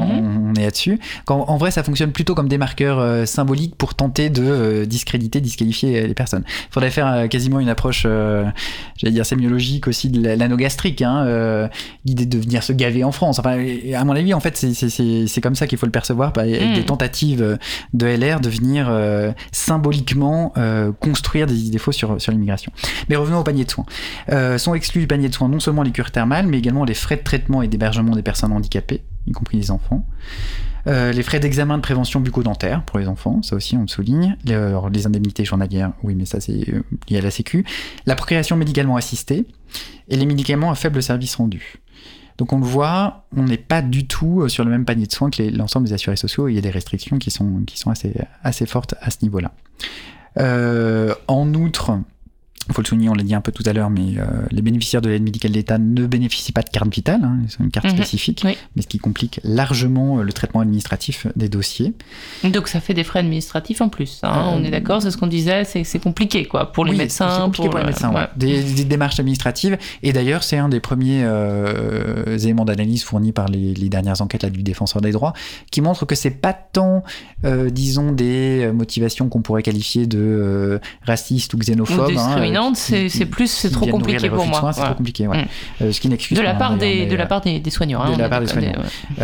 on est là-dessus. En vrai, ça fonctionne plutôt comme des marqueurs symboliques pour tenter de disqualifier les personnes. Il faudrait faire quasiment une approche, j'allais dire sémiologique aussi de l'anneau gastrique, l'idée de venir se gaver en France. Enfin, à mon avis, en fait, c'est comme ça qu'il faut le percevoir, avec des tentatives de LR de venir symboliquement construire des idées fausses sur l'immigration. Mais revenons au panier de soins. Sont exclus du panier de soins non seulement les cures thermales, mais également les frais de traitement et d'hébergement des personnes handicapées, y compris les enfants. Les frais d'examen de prévention bucco-dentaire pour les enfants, ça aussi on le souligne. Les indemnités journalières, oui, mais ça c'est lié à la Sécu. La procréation médicalement assistée et les médicaments à faible service rendu. Donc on le voit, on n'est pas du tout sur le même panier de soins que l'ensemble des assurés sociaux. Il y a des restrictions qui sont assez fortes à ce niveau-là. En outre, il faut le souligner, on l'a dit un peu tout à l'heure, mais les bénéficiaires de l'aide médicale d'État ne bénéficient pas de carte vitale, ils ont une carte spécifique, mais ce qui complique largement le traitement administratif des dossiers.
Donc ça fait des frais administratifs en plus, on est d'accord, c'est ce qu'on disait, c'est compliqué quoi, pour les médecins.
C'est compliqué pour les médecins, Des démarches administratives, et d'ailleurs c'est un des premiers éléments d'analyse fournis par les dernières enquêtes du Défenseur des droits, qui montre que c'est pas tant, disons, des motivations qu'on pourrait qualifier de racistes ou xénophobes,
c'est trop compliqué pour moi.
C'est trop compliqué, ce qui n'excuse pas.
De la part des soignants.
De la part des soignants.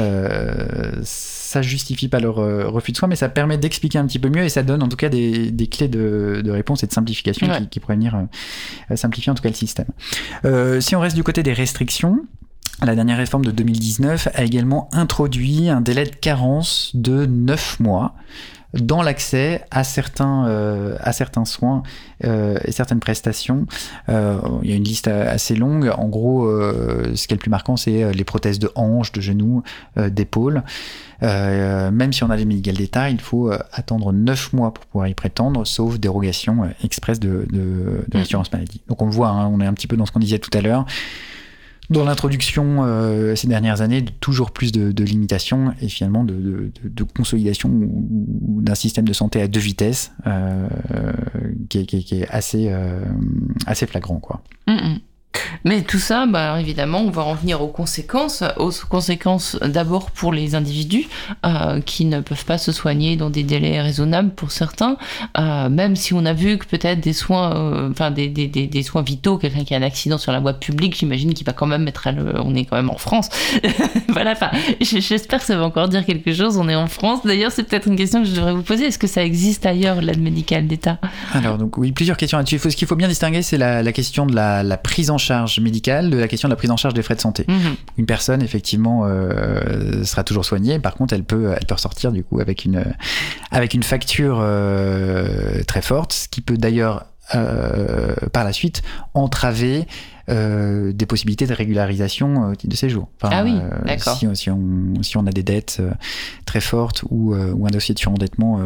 Ça justifie pas leur refus de soins, mais ça permet d'expliquer un petit peu mieux et ça donne en tout cas des clés de réponse et de simplification qui pourraient venir simplifier en tout cas le système. Si on reste du côté des restrictions, la dernière réforme de 2019 a également introduit un délai de carence de 9 mois dans l'accès à certains soins et certaines prestations. Il y a une liste assez longue. En gros, ce qui est le plus marquant, c'est les prothèses de hanches, de genoux, d'épaules. Même si on a les médicales d'État, il faut attendre 9 mois pour pouvoir y prétendre, sauf dérogation express de l'assurance maladie. Donc on le voit, on est un petit peu dans ce qu'on disait tout à l'heure. Dans l'introduction ces dernières années, toujours plus de limitations et finalement de consolidation d'un système de santé à deux vitesses qui est assez flagrant, quoi.
Mais tout ça, évidemment, on va en venir aux conséquences d'abord pour les individus qui ne peuvent pas se soigner dans des délais raisonnables pour certains, même si on a vu que peut-être des soins, des soins vitaux, quelqu'un qui a un accident sur la voie publique, j'imagine qu'il va quand même on est quand même en France. Voilà, j'espère que ça va encore dire quelque chose, on est en France. D'ailleurs, c'est peut-être une question que je devrais vous poser, est-ce que ça existe ailleurs, l'aide médicale d'État ?
Alors, donc oui, plusieurs questions là-dessus. Ce qu'il faut bien distinguer, c'est la question de la prise en charge médicale de la question de la prise en charge des frais de santé. Une personne effectivement sera toujours soignée, par contre elle peut ressortir du coup avec une facture très forte, ce qui peut d'ailleurs par la suite entraver des possibilités de régularisation de séjour.
D'accord.
Si on a des dettes très fortes ou un dossier de surendettement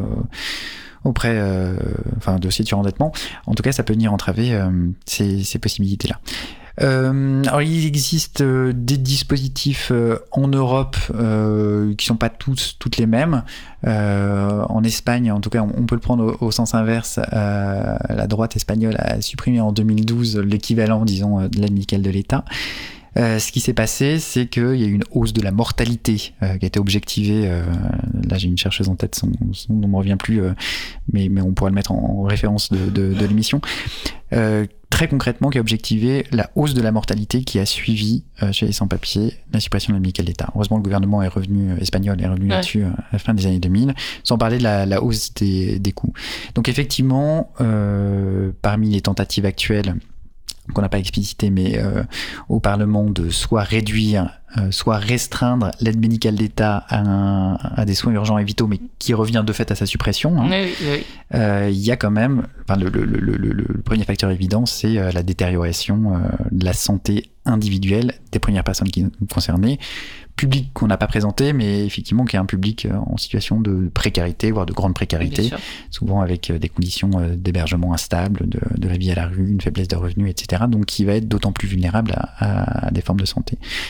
un dossier de surendettement, en tout cas ça peut venir entraver ces possibilités-là. Alors il existe des dispositifs en Europe qui sont pas toutes les mêmes. En Espagne, en tout cas, on peut le prendre au sens inverse. La droite espagnole a supprimé en 2012 l'équivalent, disons, de l'aide médicale de l'État. Ce qui s'est passé, c'est qu'il y a eu une hausse de la mortalité qui a été objectivée. Là, j'ai une chercheuse en tête, son nom ne me revient plus, mais on pourra le mettre en référence de l'émission. Très concrètement, qui a objectivé la hausse de la mortalité qui a suivi chez les sans-papiers la suppression de l'aide médicale d'État. Heureusement, le gouvernement espagnol est revenu là-dessus à la fin des années 2000, sans parler de la hausse des coûts. Donc effectivement, parmi les tentatives actuelles, qu'on n'a pas explicité, mais au Parlement, de soit réduire, soit restreindre l'aide médicale d'État à des soins urgents et vitaux, mais qui revient de fait à sa suppression. Il y a quand même, le premier facteur évident, c'est la détérioration de la santé individuelle des premières personnes concernées. Public qu'on n'a pas présenté, mais effectivement qui est un public en situation de précarité, voire de grande précarité, souvent avec des conditions d'hébergement instables, de la vie à la rue, une faiblesse de revenus, etc. Donc qui va être d'autant plus vulnérable à des formes de santé.
Et donc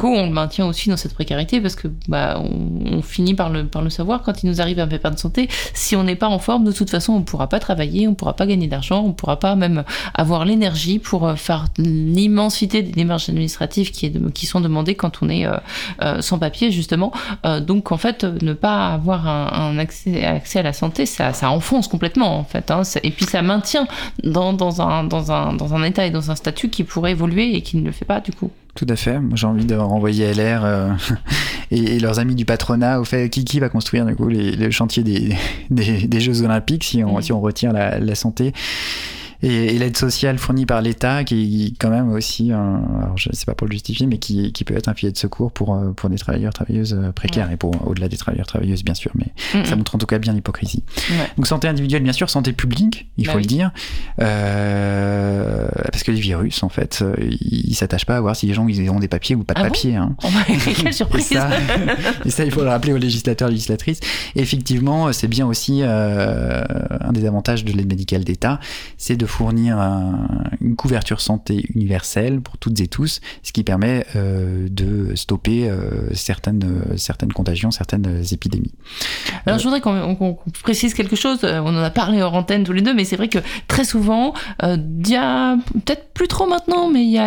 coup, on le maintient aussi dans cette précarité parce que on finit par le savoir quand il nous arrive un pépin de santé. Si on n'est pas en forme, de toute façon, on ne pourra pas travailler, on ne pourra pas gagner d'argent, on ne pourra pas même avoir l'énergie pour faire l'immensité des démarches administratives qui sont demandées quand on est sans papier, justement. Donc, en fait, ne pas avoir un accès à la santé, ça enfonce complètement, en fait. Et puis, ça maintient dans un état et dans un statut qui pourrait évoluer et qui ne le fait pas, du coup.
Tout à fait. Moi, j'ai envie de renvoyer LR et leurs amis du patronat au fait qui va construire du coup le chantier des Jeux Olympiques si on retire la santé. Et l'aide sociale fournie par l'État, qui quand même aussi, alors je ne sais pas pour le justifier, mais qui peut être un filet de secours pour des travailleurs, travailleuses précaires, et au-delà des travailleurs, travailleuses, bien sûr, mais ça montre en tout cas bien l'hypocrisie. Ouais. Donc santé individuelle, bien sûr, santé publique, il faut le dire, parce que les virus, en fait, ils ne s'attachent pas à voir si les gens ils ont des papiers ou pas de papiers. Bon
Quelle surprise.
Et ça, il faut le rappeler aux législateurs et législatrices. Et effectivement, c'est bien aussi un des avantages de l'aide médicale d'État, c'est de fournir une couverture santé universelle pour toutes et tous, ce qui permet de stopper certaines contagions, certaines épidémies.
Alors je voudrais qu'on précise quelque chose, on en a parlé hors antenne tous les deux, mais c'est vrai que très souvent, il y a peut-être plus trop maintenant, mais il y a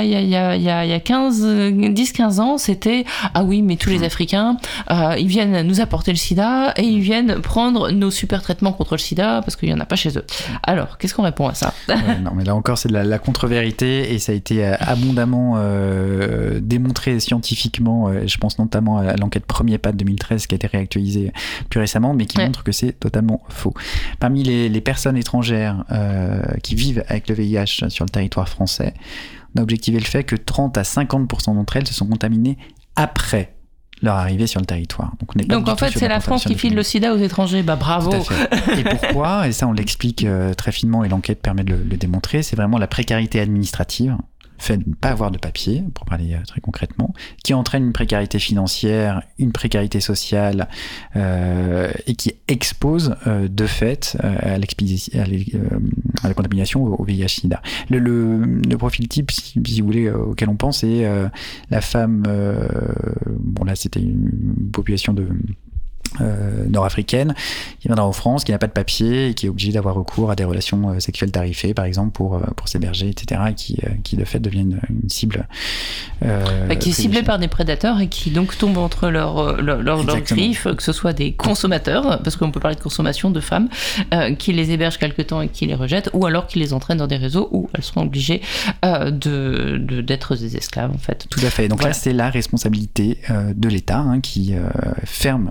10-15 ans, c'était « Ah oui, mais tous les Africains, ils viennent nous apporter le sida et ils viennent prendre nos super traitements contre le sida parce qu'il n'y en a pas chez eux. » Alors, qu'est-ce qu'on répond à ça ?
Non, mais là encore, c'est de la contre-vérité et ça a été abondamment démontré scientifiquement. Je pense notamment à l'enquête Premier Pas de 2013 qui a été réactualisée plus récemment, mais qui montre que c'est totalement faux. Parmi les personnes étrangères qui vivent avec le VIH sur le territoire français, on a objectivé le fait que 30 à 50% d'entre elles se sont contaminées après leur arrivée sur le territoire.
Donc en fait, c'est la France qui file le sida aux étrangers. Bravo.
Tout à fait. Et pourquoi ? Et ça, on l'explique très finement et l'enquête permet de le démontrer. C'est vraiment la précarité administrative, fait de ne pas avoir de papier, pour parler très concrètement, qui entraîne une précarité financière, une précarité sociale et qui expose de fait à la contamination au VIH-Sida. Le profil type, si vous voulez, auquel on pense, c'est la femme, là c'était une population nord-africaine qui viendra en France, qui n'a pas de papier et qui est obligée d'avoir recours à des relations sexuelles tarifées, par exemple, pour s'héberger, etc., et qui de fait devient une cible
qui est ciblée par des prédateurs et qui donc tombe entre leurs griffes, que ce soit des consommateurs, parce qu'on peut parler de consommation de femmes, qui les hébergent quelque temps et qui les rejettent, ou alors qui les entraînent dans des réseaux où elles seront obligées d'être des esclaves, en fait.
Tout à fait. Donc là, c'est la responsabilité de l'État qui ferme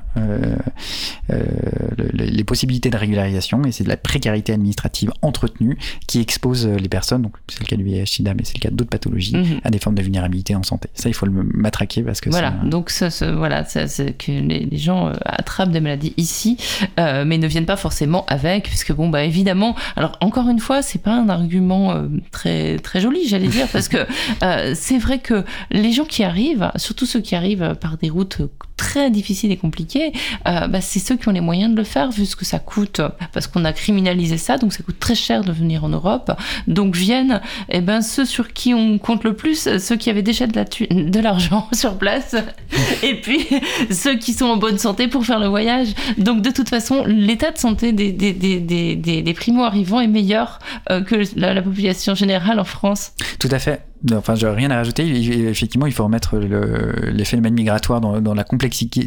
les possibilités de régularisation, et c'est de la précarité administrative entretenue qui expose les personnes, donc c'est le cas du VIH-Sida, mais c'est le cas d'autres pathologies, à des formes de vulnérabilité en santé. Ça, il faut le matraquer parce que
donc c'est que les gens attrapent des maladies ici, mais ne viennent pas forcément avec, puisque évidemment, alors encore une fois, c'est pas un argument très très joli, j'allais dire, parce que c'est vrai que les gens qui arrivent, surtout ceux qui arrivent par des routes très difficiles et compliquées, c'est ceux qui ont les moyens de le faire, vu ce que ça coûte, parce qu'on a criminalisé ça, donc ça coûte très cher de venir en Europe. Donc viennent ceux sur qui on compte le plus, ceux qui avaient déjà de l'argent sur place, et puis ceux qui sont en bonne santé pour faire le voyage. Donc de toute façon, l'état de santé des primo-arrivants est meilleur que la population générale en France.
Tout à fait. Enfin, je n'ai rien à rajouter. Effectivement, il faut remettre les phénomènes migratoires dans la complexité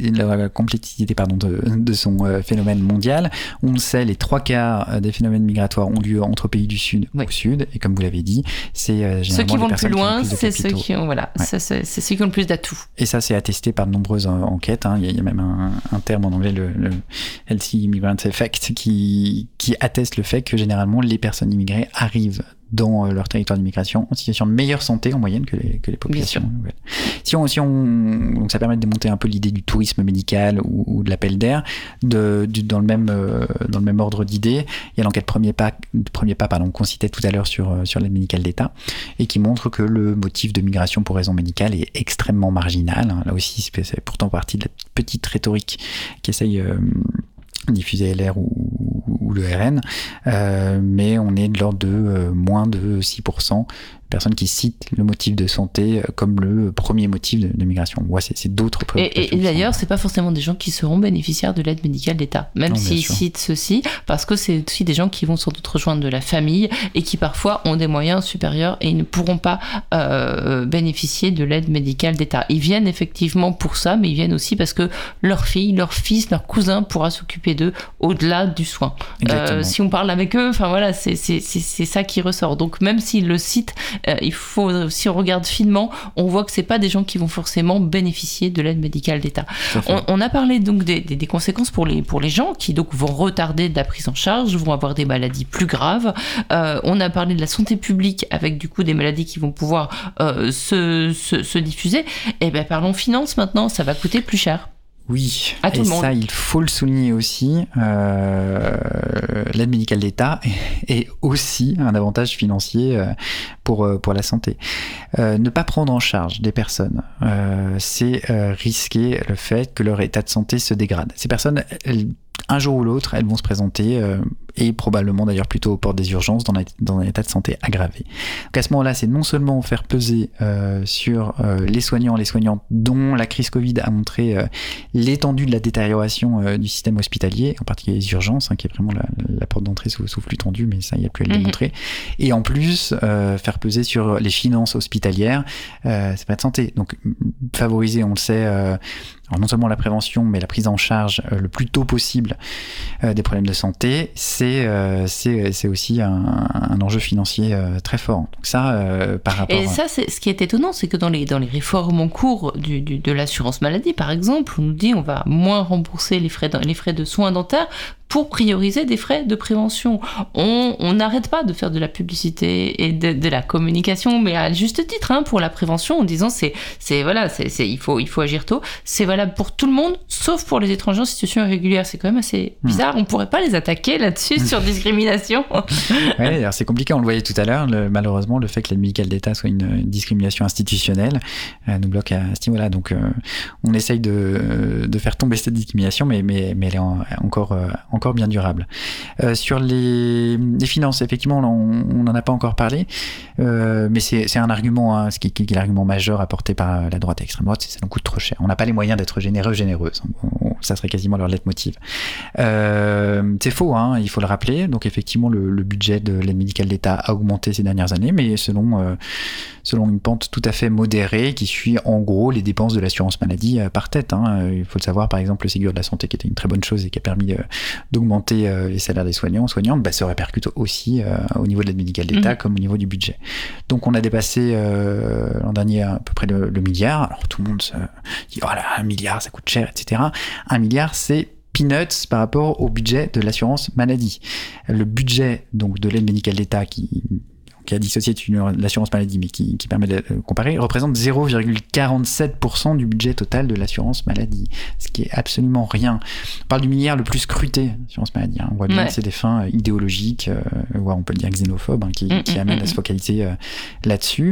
de son phénomène mondial. On le sait, les 3/4 des phénomènes migratoires ont lieu entre pays du Sud au Sud. Et comme vous l'avez dit, c'est généralement
ceux qui vont le plus loin,
c'est
ceux qui ont c'est ceux qui ont le plus d'atouts.
Et ça, c'est attesté par de nombreuses enquêtes. Il y a même un terme en anglais, le Healthy Immigrant Effect, qui atteste le fait que généralement les personnes immigrées arrivent dans leur territoire d'immigration en situation de meilleure santé en moyenne que les populations. Donc ça permet de démonter un peu l'idée du tourisme médical ou de l'appel d'air. Dans le même ordre d'idées, il y a l'enquête Premier Pas qu'on citait tout à l'heure sur l'aide médicale d'État, et qui montre que le motif de migration pour raison médicale est extrêmement marginal. Là aussi, c'est pourtant partie de la petite rhétorique qui essaye diffuser LR ou le RN, mais on est de l'ordre de moins de 6% personnes qui citent le motif de santé comme le premier motif de migration. Ouais, c'est d'autres préoccupations.
Et d'ailleurs, c'est pas forcément des gens qui seront bénéficiaires de l'aide médicale d'État, même s'ils citent ceci, parce que c'est aussi des gens qui vont sans doute rejoindre de la famille et qui parfois ont des moyens supérieurs et ils ne pourront pas bénéficier de l'aide médicale d'État. Ils viennent effectivement pour ça, mais ils viennent aussi parce que leur fille, leur fils, leur cousin pourra s'occuper d'eux au-delà du soin. Si on parle avec eux, enfin voilà, c'est ça qui ressort. Donc même s'ils le citent, il faut, si on regarde finement, on voit que c'est pas des gens qui vont forcément bénéficier de l'aide médicale d'État. On a parlé donc des conséquences pour les gens qui donc vont retarder de la prise en charge, vont avoir des maladies plus graves. On a parlé de la santé publique avec du coup des maladies qui vont pouvoir se diffuser. Et bien parlons finances maintenant, ça va coûter plus cher.
Oui, et ça, il faut le souligner aussi, l'aide médicale d'État est aussi un avantage financier pour la santé. Ne pas prendre en charge des personnes, c'est risquer le fait que leur état de santé se dégrade. Ces personnes, un jour ou l'autre, elles vont se présenter et probablement d'ailleurs plutôt aux portes des urgences dans un état de santé aggravé. Donc à ce moment-là, c'est non seulement faire peser sur les soignants, les soignantes dont la crise Covid a montré l'étendue de la détérioration du système hospitalier, en particulier les urgences, qui est vraiment la porte d'entrée sous flux tendu, mais ça, il n'y a plus à le démontrer. Et en plus, faire peser sur les finances hospitalières, c'est pas de santé. Donc favoriser, on le sait, alors non seulement la prévention, mais la prise en charge le plus tôt possible des problèmes de santé, c'est aussi un enjeu financier très fort. Donc ça, par rapport...
Et ça, ce qui est étonnant, c'est que dans les réformes en cours de l'assurance maladie, par exemple, on nous dit on va moins rembourser les frais de soins dentaires pour prioriser des frais de prévention. On n'arrête pas de faire de la publicité et de la communication, mais à juste titre, pour la prévention, en disant il faut agir tôt. C'est valable pour tout le monde, sauf pour les étrangers en situation irrégulière. C'est quand même assez bizarre. On pourrait pas les attaquer là-dessus sur discrimination.
Oui, alors c'est compliqué. On le voyait tout à l'heure. Malheureusement, le fait que l'aide médicale d'État soit une discrimination institutionnelle nous bloque à ce niveau-là. Donc, on essaye de faire tomber cette discrimination, mais elle est encore bien durable. Sur les finances, effectivement, on n'en a pas encore parlé, mais c'est un argument, ce qui est l'argument majeur apporté par la droite et l'extrême droite, c'est que ça nous coûte trop cher. On n'a pas les moyens d'être généreuse. Ça serait quasiment leur leitmotiv. C'est faux, il faut le rappeler. Donc effectivement, le budget de l'aide médicale d'État a augmenté ces dernières années, mais selon une pente tout à fait modérée qui suit en gros les dépenses de l'assurance maladie par tête. Il faut le savoir, par exemple, le Ségur de la santé qui était une très bonne chose et qui a permis d'augmenter les salaires des soignantes, se répercute aussi au niveau de l'aide médicale d'État comme au niveau du budget. Donc on a dépassé l'an dernier à peu près le milliard. Alors tout le monde se dit oh là, 1 milliard ça coûte cher, etc. 1 milliard c'est peanuts par rapport au budget de l'assurance maladie. Le budget donc de l'aide médicale d'État qui a dissocié de l'assurance maladie, mais qui permet de comparer, représente 0,47% du budget total de l'assurance maladie, ce qui est absolument rien. On parle du milliard le plus scruté, l'assurance maladie. On voit bien que c'est des fins idéologiques, voire on peut le dire xénophobes, qui amènent à se focaliser là-dessus.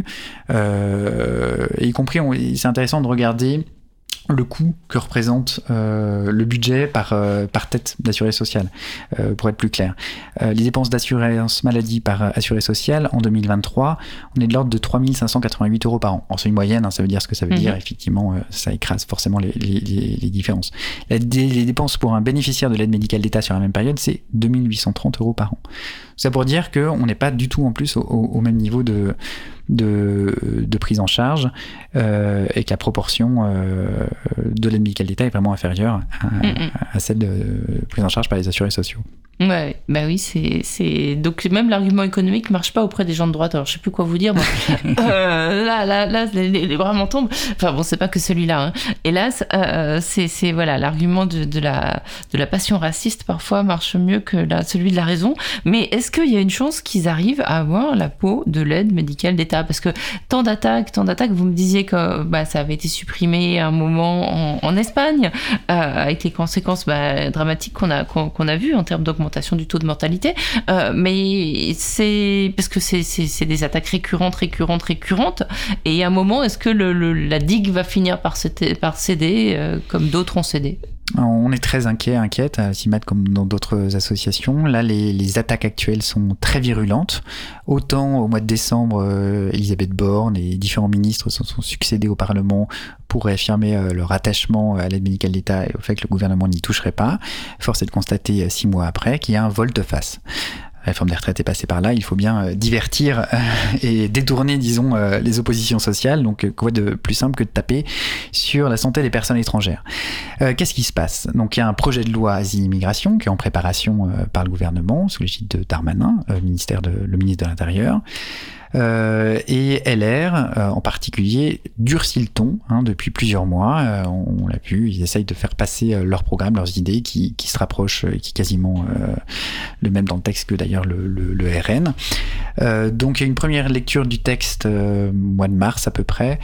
Y compris, c'est intéressant de regarder le coût que représente le budget par tête d'assuré social, pour être plus clair. Les dépenses d'assurance maladie par assuré social, en 2023, on est de l'ordre de 3 588 € par an. C'est une moyenne, ça veut dire ce que ça veut dire. Effectivement, ça écrase forcément les différences. Les dépenses pour un bénéficiaire de l'aide médicale d'État sur la même période, c'est 2 830 € par an. C'est pour dire qu'on n'est pas du tout en plus au même niveau de prise en charge et que la proportion de l'aide médicale d'État est vraiment inférieure à celle de prise en charge par les assurés sociaux.
Ouais, bah oui, c'est donc même l'argument économique marche pas auprès des gens de droite. Alors je sais plus quoi vous dire. Moi. Là, les bras m'en tombent. Enfin bon, c'est pas que celui-là. Hélas, c'est voilà, l'argument de la passion raciste parfois marche mieux que celui de la raison. Mais est-ce qu'il y a une chance qu'ils arrivent à avoir la peau de l'aide médicale d'État? Parce que tant d'attaques, vous me disiez que ça avait été supprimé à un moment en Espagne, avec les conséquences dramatiques qu'on a vues en termes d'augmentation du taux de mortalité, mais c'est parce que c'est des attaques récurrentes, et à un moment, est-ce que la digue va finir par céder comme d'autres ont cédé?
On est très inquiète à CIMAD comme dans d'autres associations. Là, les attaques actuelles sont très virulentes. Autant au mois de décembre, Elisabeth Borne et différents ministres se sont succédés au Parlement pour réaffirmer leur attachement à l'aide médicale d'État et au fait que le gouvernement n'y toucherait pas. Force est de constater 6 mois après qu'il y a un volte-face. La réforme des retraites est passée par là, il faut bien divertir et détourner, disons, les oppositions sociales. Donc, quoi de plus simple que de taper sur la santé des personnes étrangères. Qu'est-ce qui se passe ? Donc, il y a un projet de loi Asile-Immigration qui est en préparation par le gouvernement, sous l'égide de Darmanin, le ministre de l'Intérieur. Et LR, en particulier, durcit le ton depuis plusieurs mois. On l'a vu, ils essayent de faire passer leur programme, leurs idées qui se rapprochent, qui est quasiment le même dans le texte que d'ailleurs le RN. Donc il y a une première lecture du texte mois de mars à peu près.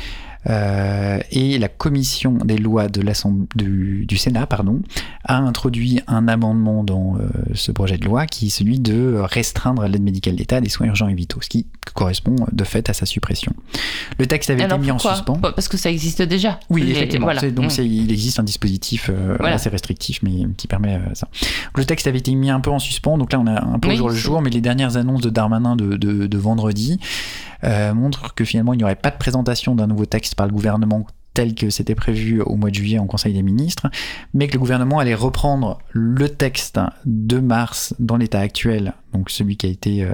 Et la commission des lois du Sénat a introduit un amendement dans ce projet de loi qui est celui de restreindre l'aide médicale d'État à des soins urgents et vitaux, ce qui correspond de fait à sa suppression. Le texte avait été mis en suspens.
Parce que ça existe déjà.
Oui, effectivement. Voilà. Il existe un dispositif assez restrictif, mais qui permet ça. Le texte avait été mis un peu en suspens, donc là on a un peu jour le jour, mais les dernières annonces de Darmanin de vendredi montrent que finalement il n'y aurait pas de présentation d'un nouveau texte par le gouvernement tel que c'était prévu au mois de juillet en Conseil des ministres, mais que le gouvernement allait reprendre le texte de mars dans l'état actuel, donc celui qui a été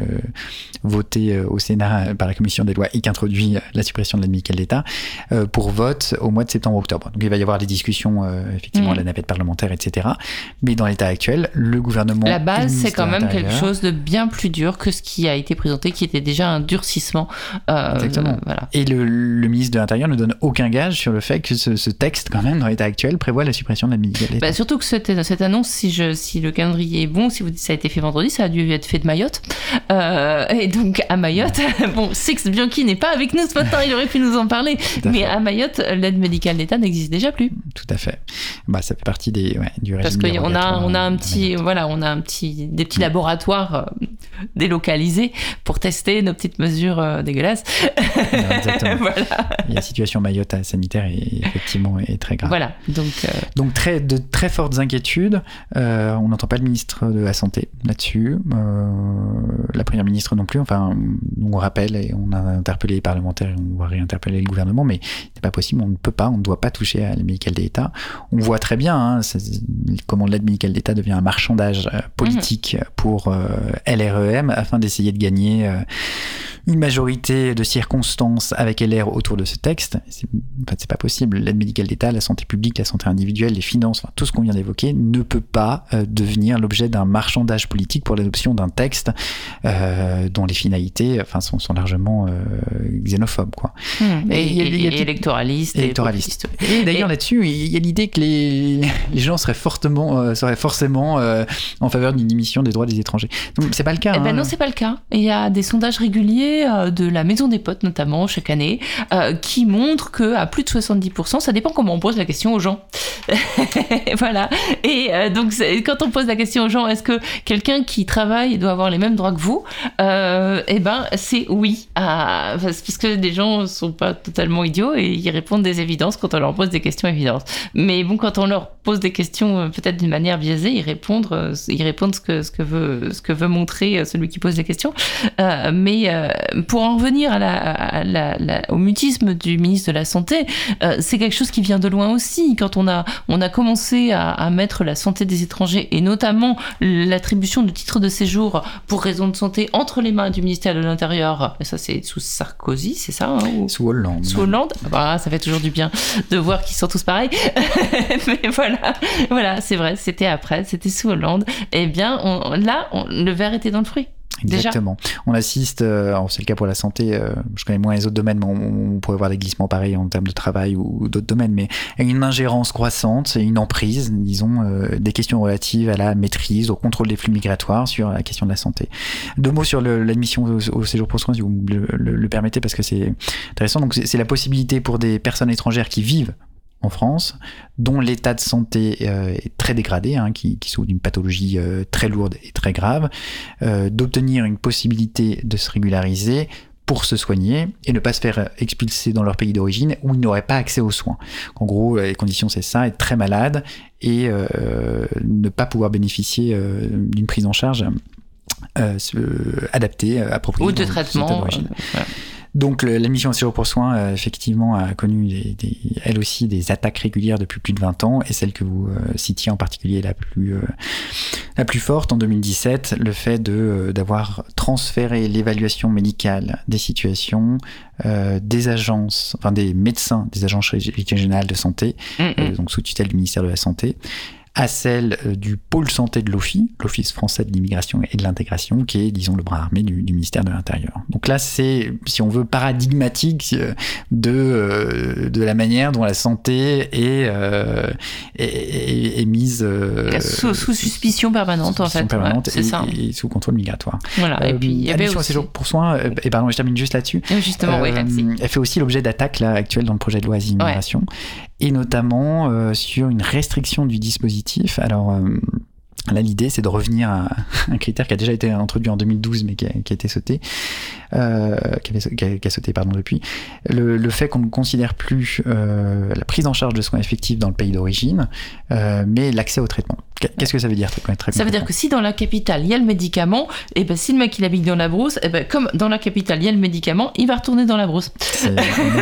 voté au Sénat par la Commission des lois et qui introduit la suppression de l'aide médicale d'État, pour vote au mois de septembre-octobre. Donc il va y avoir des discussions, effectivement, à la navette parlementaire, etc. Mais dans l'état actuel, le gouvernement...
La base, c'est quand même quelque chose de bien plus dur que ce qui a été présenté, qui était déjà un durcissement.
Exactement. Voilà. Et le ministre de l'Intérieur ne donne aucun gage sur le fait que ce texte, quand même, dans l'état actuel, prévoit la suppression de l'aide médicale d'État. Surtout
que cette annonce, si le calendrier est bon, si ça a été fait vendredi, ça a dû être fait de Mayotte. Et donc, à Mayotte, Six Bianchi n'est pas avec nous ce matin, il aurait pu nous en parler. Mais à Mayotte, l'aide médicale d'État n'existe déjà plus.
Tout à fait. Ça fait partie du régime.
Parce qu'on a des petits laboratoires délocalisés pour tester nos petites mesures dégueulasses.
Exactement. Voilà. Et la situation Mayotte sanitaire est très grave.
Voilà.
Donc de très fortes inquiétudes. On n'entend pas le ministre de la Santé là-dessus. La première ministre non plus. Enfin, on rappelle et on a interpellé les parlementaires et on va réinterpeller le gouvernement, mais c'est pas possible, on ne doit pas toucher à l'aide médicale d'État. On voit très bien comment l'aide médicale d'État devient un marchandage politique pour LREM afin d'essayer de gagner une majorité de circonstances avec LR autour de ce texte. C'est pas possible. L'aide médicale d'État, la santé publique, la santé individuelle, les finances, tout ce qu'on vient d'évoquer ne peut pas devenir l'objet d'un marchandage politique pour l'adoption d'un texte dont les finalités sont largement xénophobes.
Et électoralistes.
Et d'ailleurs là-dessus, il y a l'idée que les gens seraient forcément en faveur d'une émission des droits des étrangers. Donc c'est pas le cas.
Non, c'est pas le cas. Il y a des sondages réguliers de la Maison des Potes notamment chaque année qui montrent qu'à plus de 70%, ça dépend comment on pose la question aux gens. Voilà. Et donc quand on pose la question aux gens, est-ce que quelqu'un qui travaille doit avoir les mêmes droits que vous, c'est oui. Parce que les gens sont pas totalement idiots et ils répondent des évidences quand on leur pose des questions évidentes. Mais quand on leur pose des questions peut-être d'une manière biaisée, ils répondent ce que veut montrer celui qui pose les questions. Mais pour en revenir au mutisme du ministre de la Santé, c'est quelque chose qui vient de loin aussi. Quand on a commencé à mettre la santé des étrangers et notamment l'attribution de titres de séjour pour raison de santé entre les mains du ministère de l'Intérieur, et ça c'est sous Sarkozy, c'est ça
Sous Hollande.
Sous Hollande, ça fait toujours du bien de voir qu'ils sont tous pareils. Mais voilà, c'est vrai, c'était sous Hollande. Eh bien, le verre était dans le fruit.
Exactement.
Déjà.
On assiste, c'est le cas pour la santé, je connais moins les autres domaines, mais on pourrait voir des glissements pareils en termes de travail ou d'autres domaines, mais une ingérence croissante et une emprise, disons, des questions relatives à la maîtrise, au contrôle des flux migratoires sur la question de la santé. 2 mots sur l'admission au séjour pour soins, si vous le permettez, parce que c'est intéressant. Donc c'est la possibilité pour des personnes étrangères qui vivent en France, dont l'état de santé est très dégradé, qui souffrent d'une pathologie très lourde et très grave, d'obtenir une possibilité de se régulariser pour se soigner et ne pas se faire expulser dans leur pays d'origine où ils n'auraient pas accès aux soins. En gros, les conditions, c'est ça, être très malade et ne pas pouvoir bénéficier d'une prise en charge adaptée, appropriée.
Ou de traitement.
Voilà. Donc la mission Séjour pour soins, effectivement, a connu elle aussi des attaques régulières depuis plus de 20 ans, et celle que vous citiez en particulier la plus forte en 2017, le fait d'avoir transféré l'évaluation médicale des situations des agences, enfin des médecins des agences régionales de santé, donc sous tutelle du ministère de la Santé, à celle du pôle santé de l'OFII, l'Office français de l'immigration et de l'intégration, qui est, disons, le bras armé du ministère de l'Intérieur. Donc là, c'est, si on veut, paradigmatique de la manière dont la santé est mise
sous suspicion permanente, en fait.
Permanente,
c'est ça.
Et sous contrôle migratoire.
Voilà. Et puis, il y avait aussi...
Séjour pour soins, pardon, je termine juste là-dessus.
Justement, oui,
elle fait aussi l'objet d'attaques là, actuelles dans le projet de loi Asile-Immigration, et notamment sur une restriction du dispositif. Alors là, l'idée, c'est de revenir à un critère qui a déjà été introduit en 2012, mais qui a été sauté, qui a sauté depuis. Le fait qu'on ne considère plus la prise en charge de soins effectifs dans le pays d'origine, mais l'accès au traitement. Qu'est-ce que ça veut dire très
Ça veut dire que si dans la capitale, il y a le médicament, et ben si le mec il habite dans la brousse, et ben comme dans la capitale, il y a le médicament, il va retourner dans la brousse.
C'est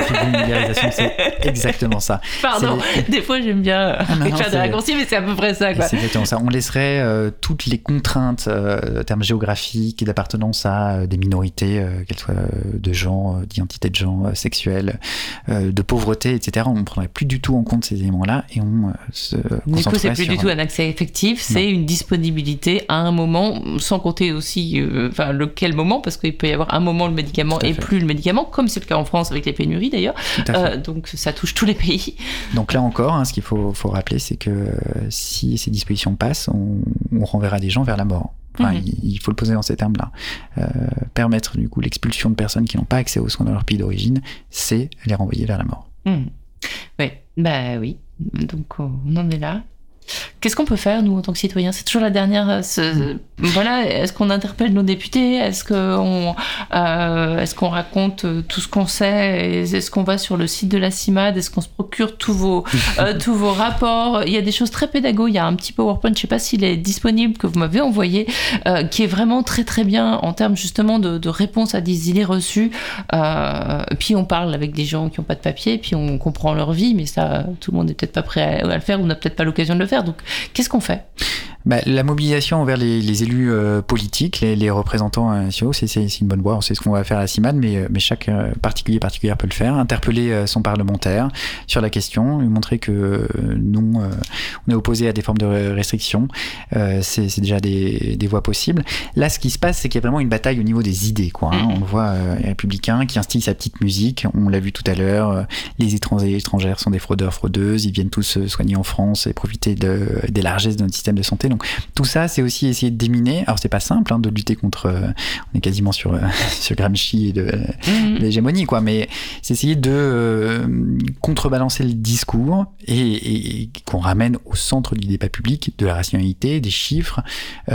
exactement ça.
Pardon, des fois j'aime bien faire des raccourcis, mais c'est à peu près ça, quoi.
C'est exactement ça. On laisserait toutes les contraintes en termes géographiques et d'appartenance à des minorités, qu'elles soient de genre, d'identité de genre, sexuelle, de pauvreté, etc. On ne prendrait plus du tout en compte ces éléments-là et on se concentrerait sur... Du coup,
c'est plus du tout un accès effectif, c'est une disponibilité à un moment, sans compter aussi lequel moment, parce qu'il peut y avoir un moment le médicament et plus le médicament, comme c'est le cas en France avec les pénuries d'ailleurs. Donc ça touche tous les pays.
Donc là encore, ce qu'il faut rappeler, c'est que si ces dispositions passent, on renverra des gens vers la mort. Il faut le poser dans ces termes-là. Permettre du coup l'expulsion de personnes qui n'ont pas accès aux soins dans leur pays d'origine, c'est les renvoyer vers la mort.
Oui. Donc on en est là. Qu'est-ce qu'on peut faire, nous, en tant que citoyens ? C'est toujours la dernière... est-ce qu'on interpelle nos députés ? Est-ce qu'on raconte tout ce qu'on sait ? Est-ce qu'on va sur le site de la CIMAD ? Est-ce qu'on se procure tous vos rapports ? Il y a des choses très pédagogues. Il y a un petit PowerPoint, je ne sais pas s'il est disponible, que vous m'avez envoyé, qui est vraiment très très bien en termes justement de réponse à des idées reçues. Puis on parle avec des gens qui n'ont pas de papier, puis on comprend leur vie, mais ça, tout le monde n'est peut-être pas prêt à le faire ou n'a peut-être pas l'occasion de le faire. Donc, qu'est-ce qu'on fait ?
La mobilisation envers les élus politiques, les représentants nationaux, c'est une bonne voie. On sait ce qu'on va faire à la CIMAD, mais chaque particulière peut le faire. Interpeller son parlementaire sur la question, lui montrer que nous, on est opposé à des formes de restrictions. C'est déjà des voies possibles. Là, ce qui se passe, c'est qu'il y a vraiment une bataille au niveau des idées, quoi. On le voit, les Républicains qui instillent sa petite musique. On l'a vu tout à l'heure. Les étrangers et étrangères sont des fraudeurs, fraudeuses. Ils viennent tous se soigner en France et profiter des largesses de notre système de santé. Donc tout ça, c'est aussi essayer de déminer. Alors c'est pas simple de lutter contre. On est quasiment sur Gramsci et de l'hégémonie, quoi. Mais c'est essayer de contrebalancer le discours et qu'on ramène au centre du débat public de la rationalité, des chiffres, de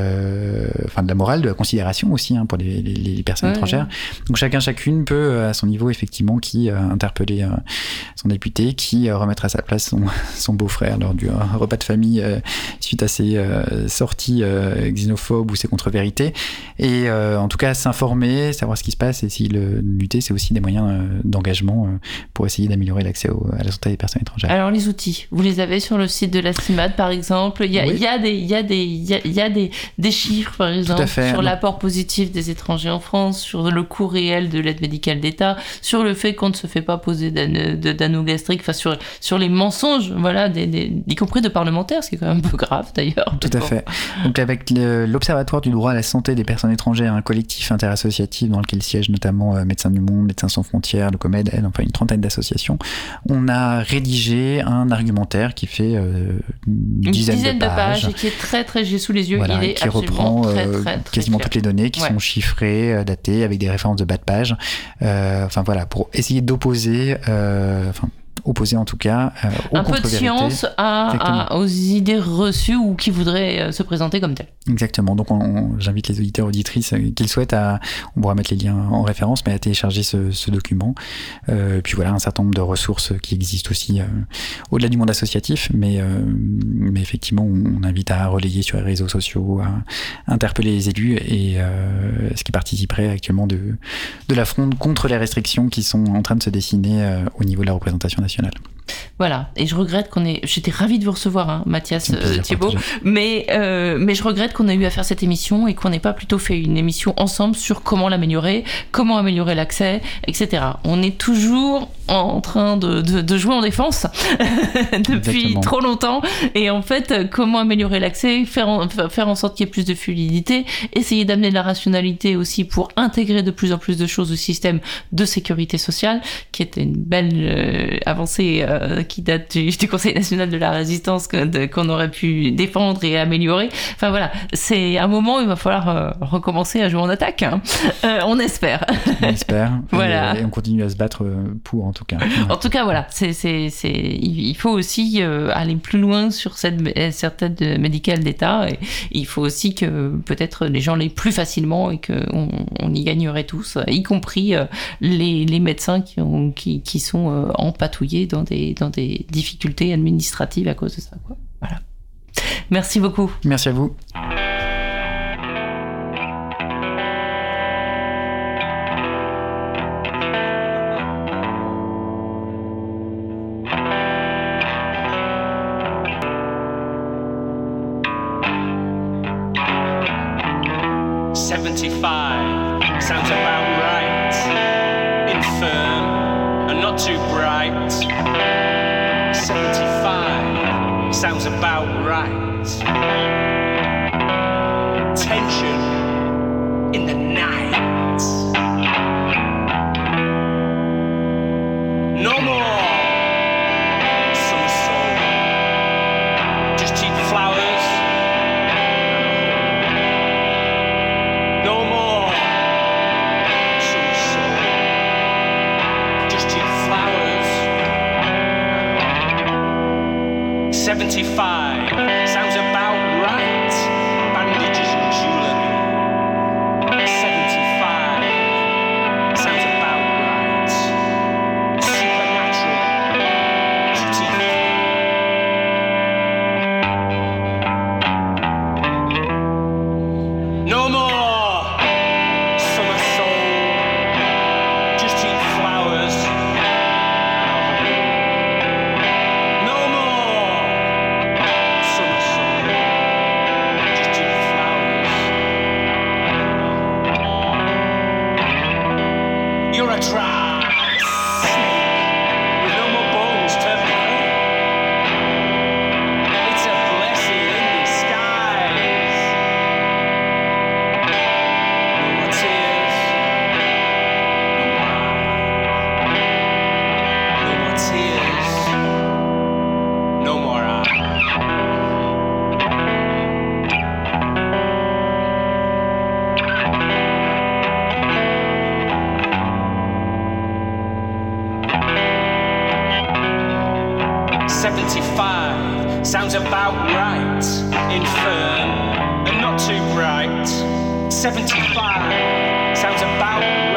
la morale, de la considération aussi pour les personnes étrangères. Donc chacune peut à son niveau effectivement interpeller son député, qui remettre à sa place son beau-frère lors du repas de famille suite à ses sorties xénophobes ou ses contre-vérités, et en tout cas s'informer, savoir ce qui se passe, et essayer de lutter. C'est aussi des moyens d'engagement pour essayer d'améliorer l'accès à la santé des personnes étrangères.
Alors les outils, vous les avez sur le site de la CIMAD par exemple. Il y a des chiffres par exemple sur l'apport positif des étrangers en France, sur le coût réel de l'aide médicale d'État, sur le fait qu'on ne se fait pas poser d'anneau gastrique, sur les mensonges, y compris de parlementaires, ce qui est quand même un peu grave d'ailleurs.
Tout à fait. Donc avec l'Observatoire du droit à la santé des personnes étrangères, un collectif interassociatif dans lequel siègent notamment Médecins du Monde, Médecins sans frontières, le COMED, une trentaine d'associations, on a rédigé un argumentaire qui fait une dizaine de pages
et qui est très très, j'ai sous les yeux, il est
qui reprend
très
quasiment
clair.
Toutes les données qui sont chiffrées, datées, avec des références de bas de page, pour essayer d'opposer opposé en tout cas aux
un peu de science aux idées reçues ou qui voudraient se présenter comme telles.
Exactement, donc j'invite les auditeurs auditrices qu'ils souhaitent on pourra mettre les liens en référence, mais à télécharger ce document. Puis voilà, un certain nombre de ressources qui existent aussi au-delà du monde associatif, mais effectivement on invite à relayer sur les réseaux sociaux, à interpeller les élus et ce qui participerait actuellement de la fronde contre les restrictions qui sont en train de se dessiner au niveau de la représentation nationale.
Voilà, et je regrette j'étais ravie de vous recevoir, Mathias Thiebaud, mais je regrette qu'on ait eu à faire cette émission et qu'on n'ait pas plutôt fait une émission ensemble sur comment l'améliorer, comment améliorer l'accès, etc. On est toujours en train de jouer en défense depuis trop longtemps, et en fait, comment améliorer l'accès, faire en sorte qu'il y ait plus de fluidité, essayer d'amener de la rationalité aussi pour intégrer de plus en plus de choses au système de sécurité sociale, qui était une belle avancée qui date du Conseil national de la résistance qu'on aurait pu défendre et améliorer. Enfin voilà, c'est un moment où il va falloir recommencer à jouer en attaque. On espère.
On espère.
Voilà.
Et on continue à se battre pour, en tout cas.
En tout cas, voilà. Il faut aussi aller plus loin sur cette aide médicale d'État. Et il faut aussi que peut-être les gens l'aient plus facilement et qu'on y gagnerait tous, y compris les médecins qui sont empatouillés dans des difficultés administratives à cause de ça, quoi. Voilà. Merci beaucoup.
Merci à vous.
Sounds about right, infirm and not too bright. 75 sounds about right. Tension in the night. No more summer soul. Just cheap flowers. No more summer soul. Just cheap flowers. 75 sounds about right. Bandages and jewelry. 75 sounds about right. Supernatural beauty. No more summer soul. Just cheap flowers. No more summer soul. Just cheap flowers. You're a dry snake with no more bones to break. It's a blessing in disguise. No more tears. No more tears. No more eyes. 75 sounds about right. Infirm and not too bright. 75 sounds about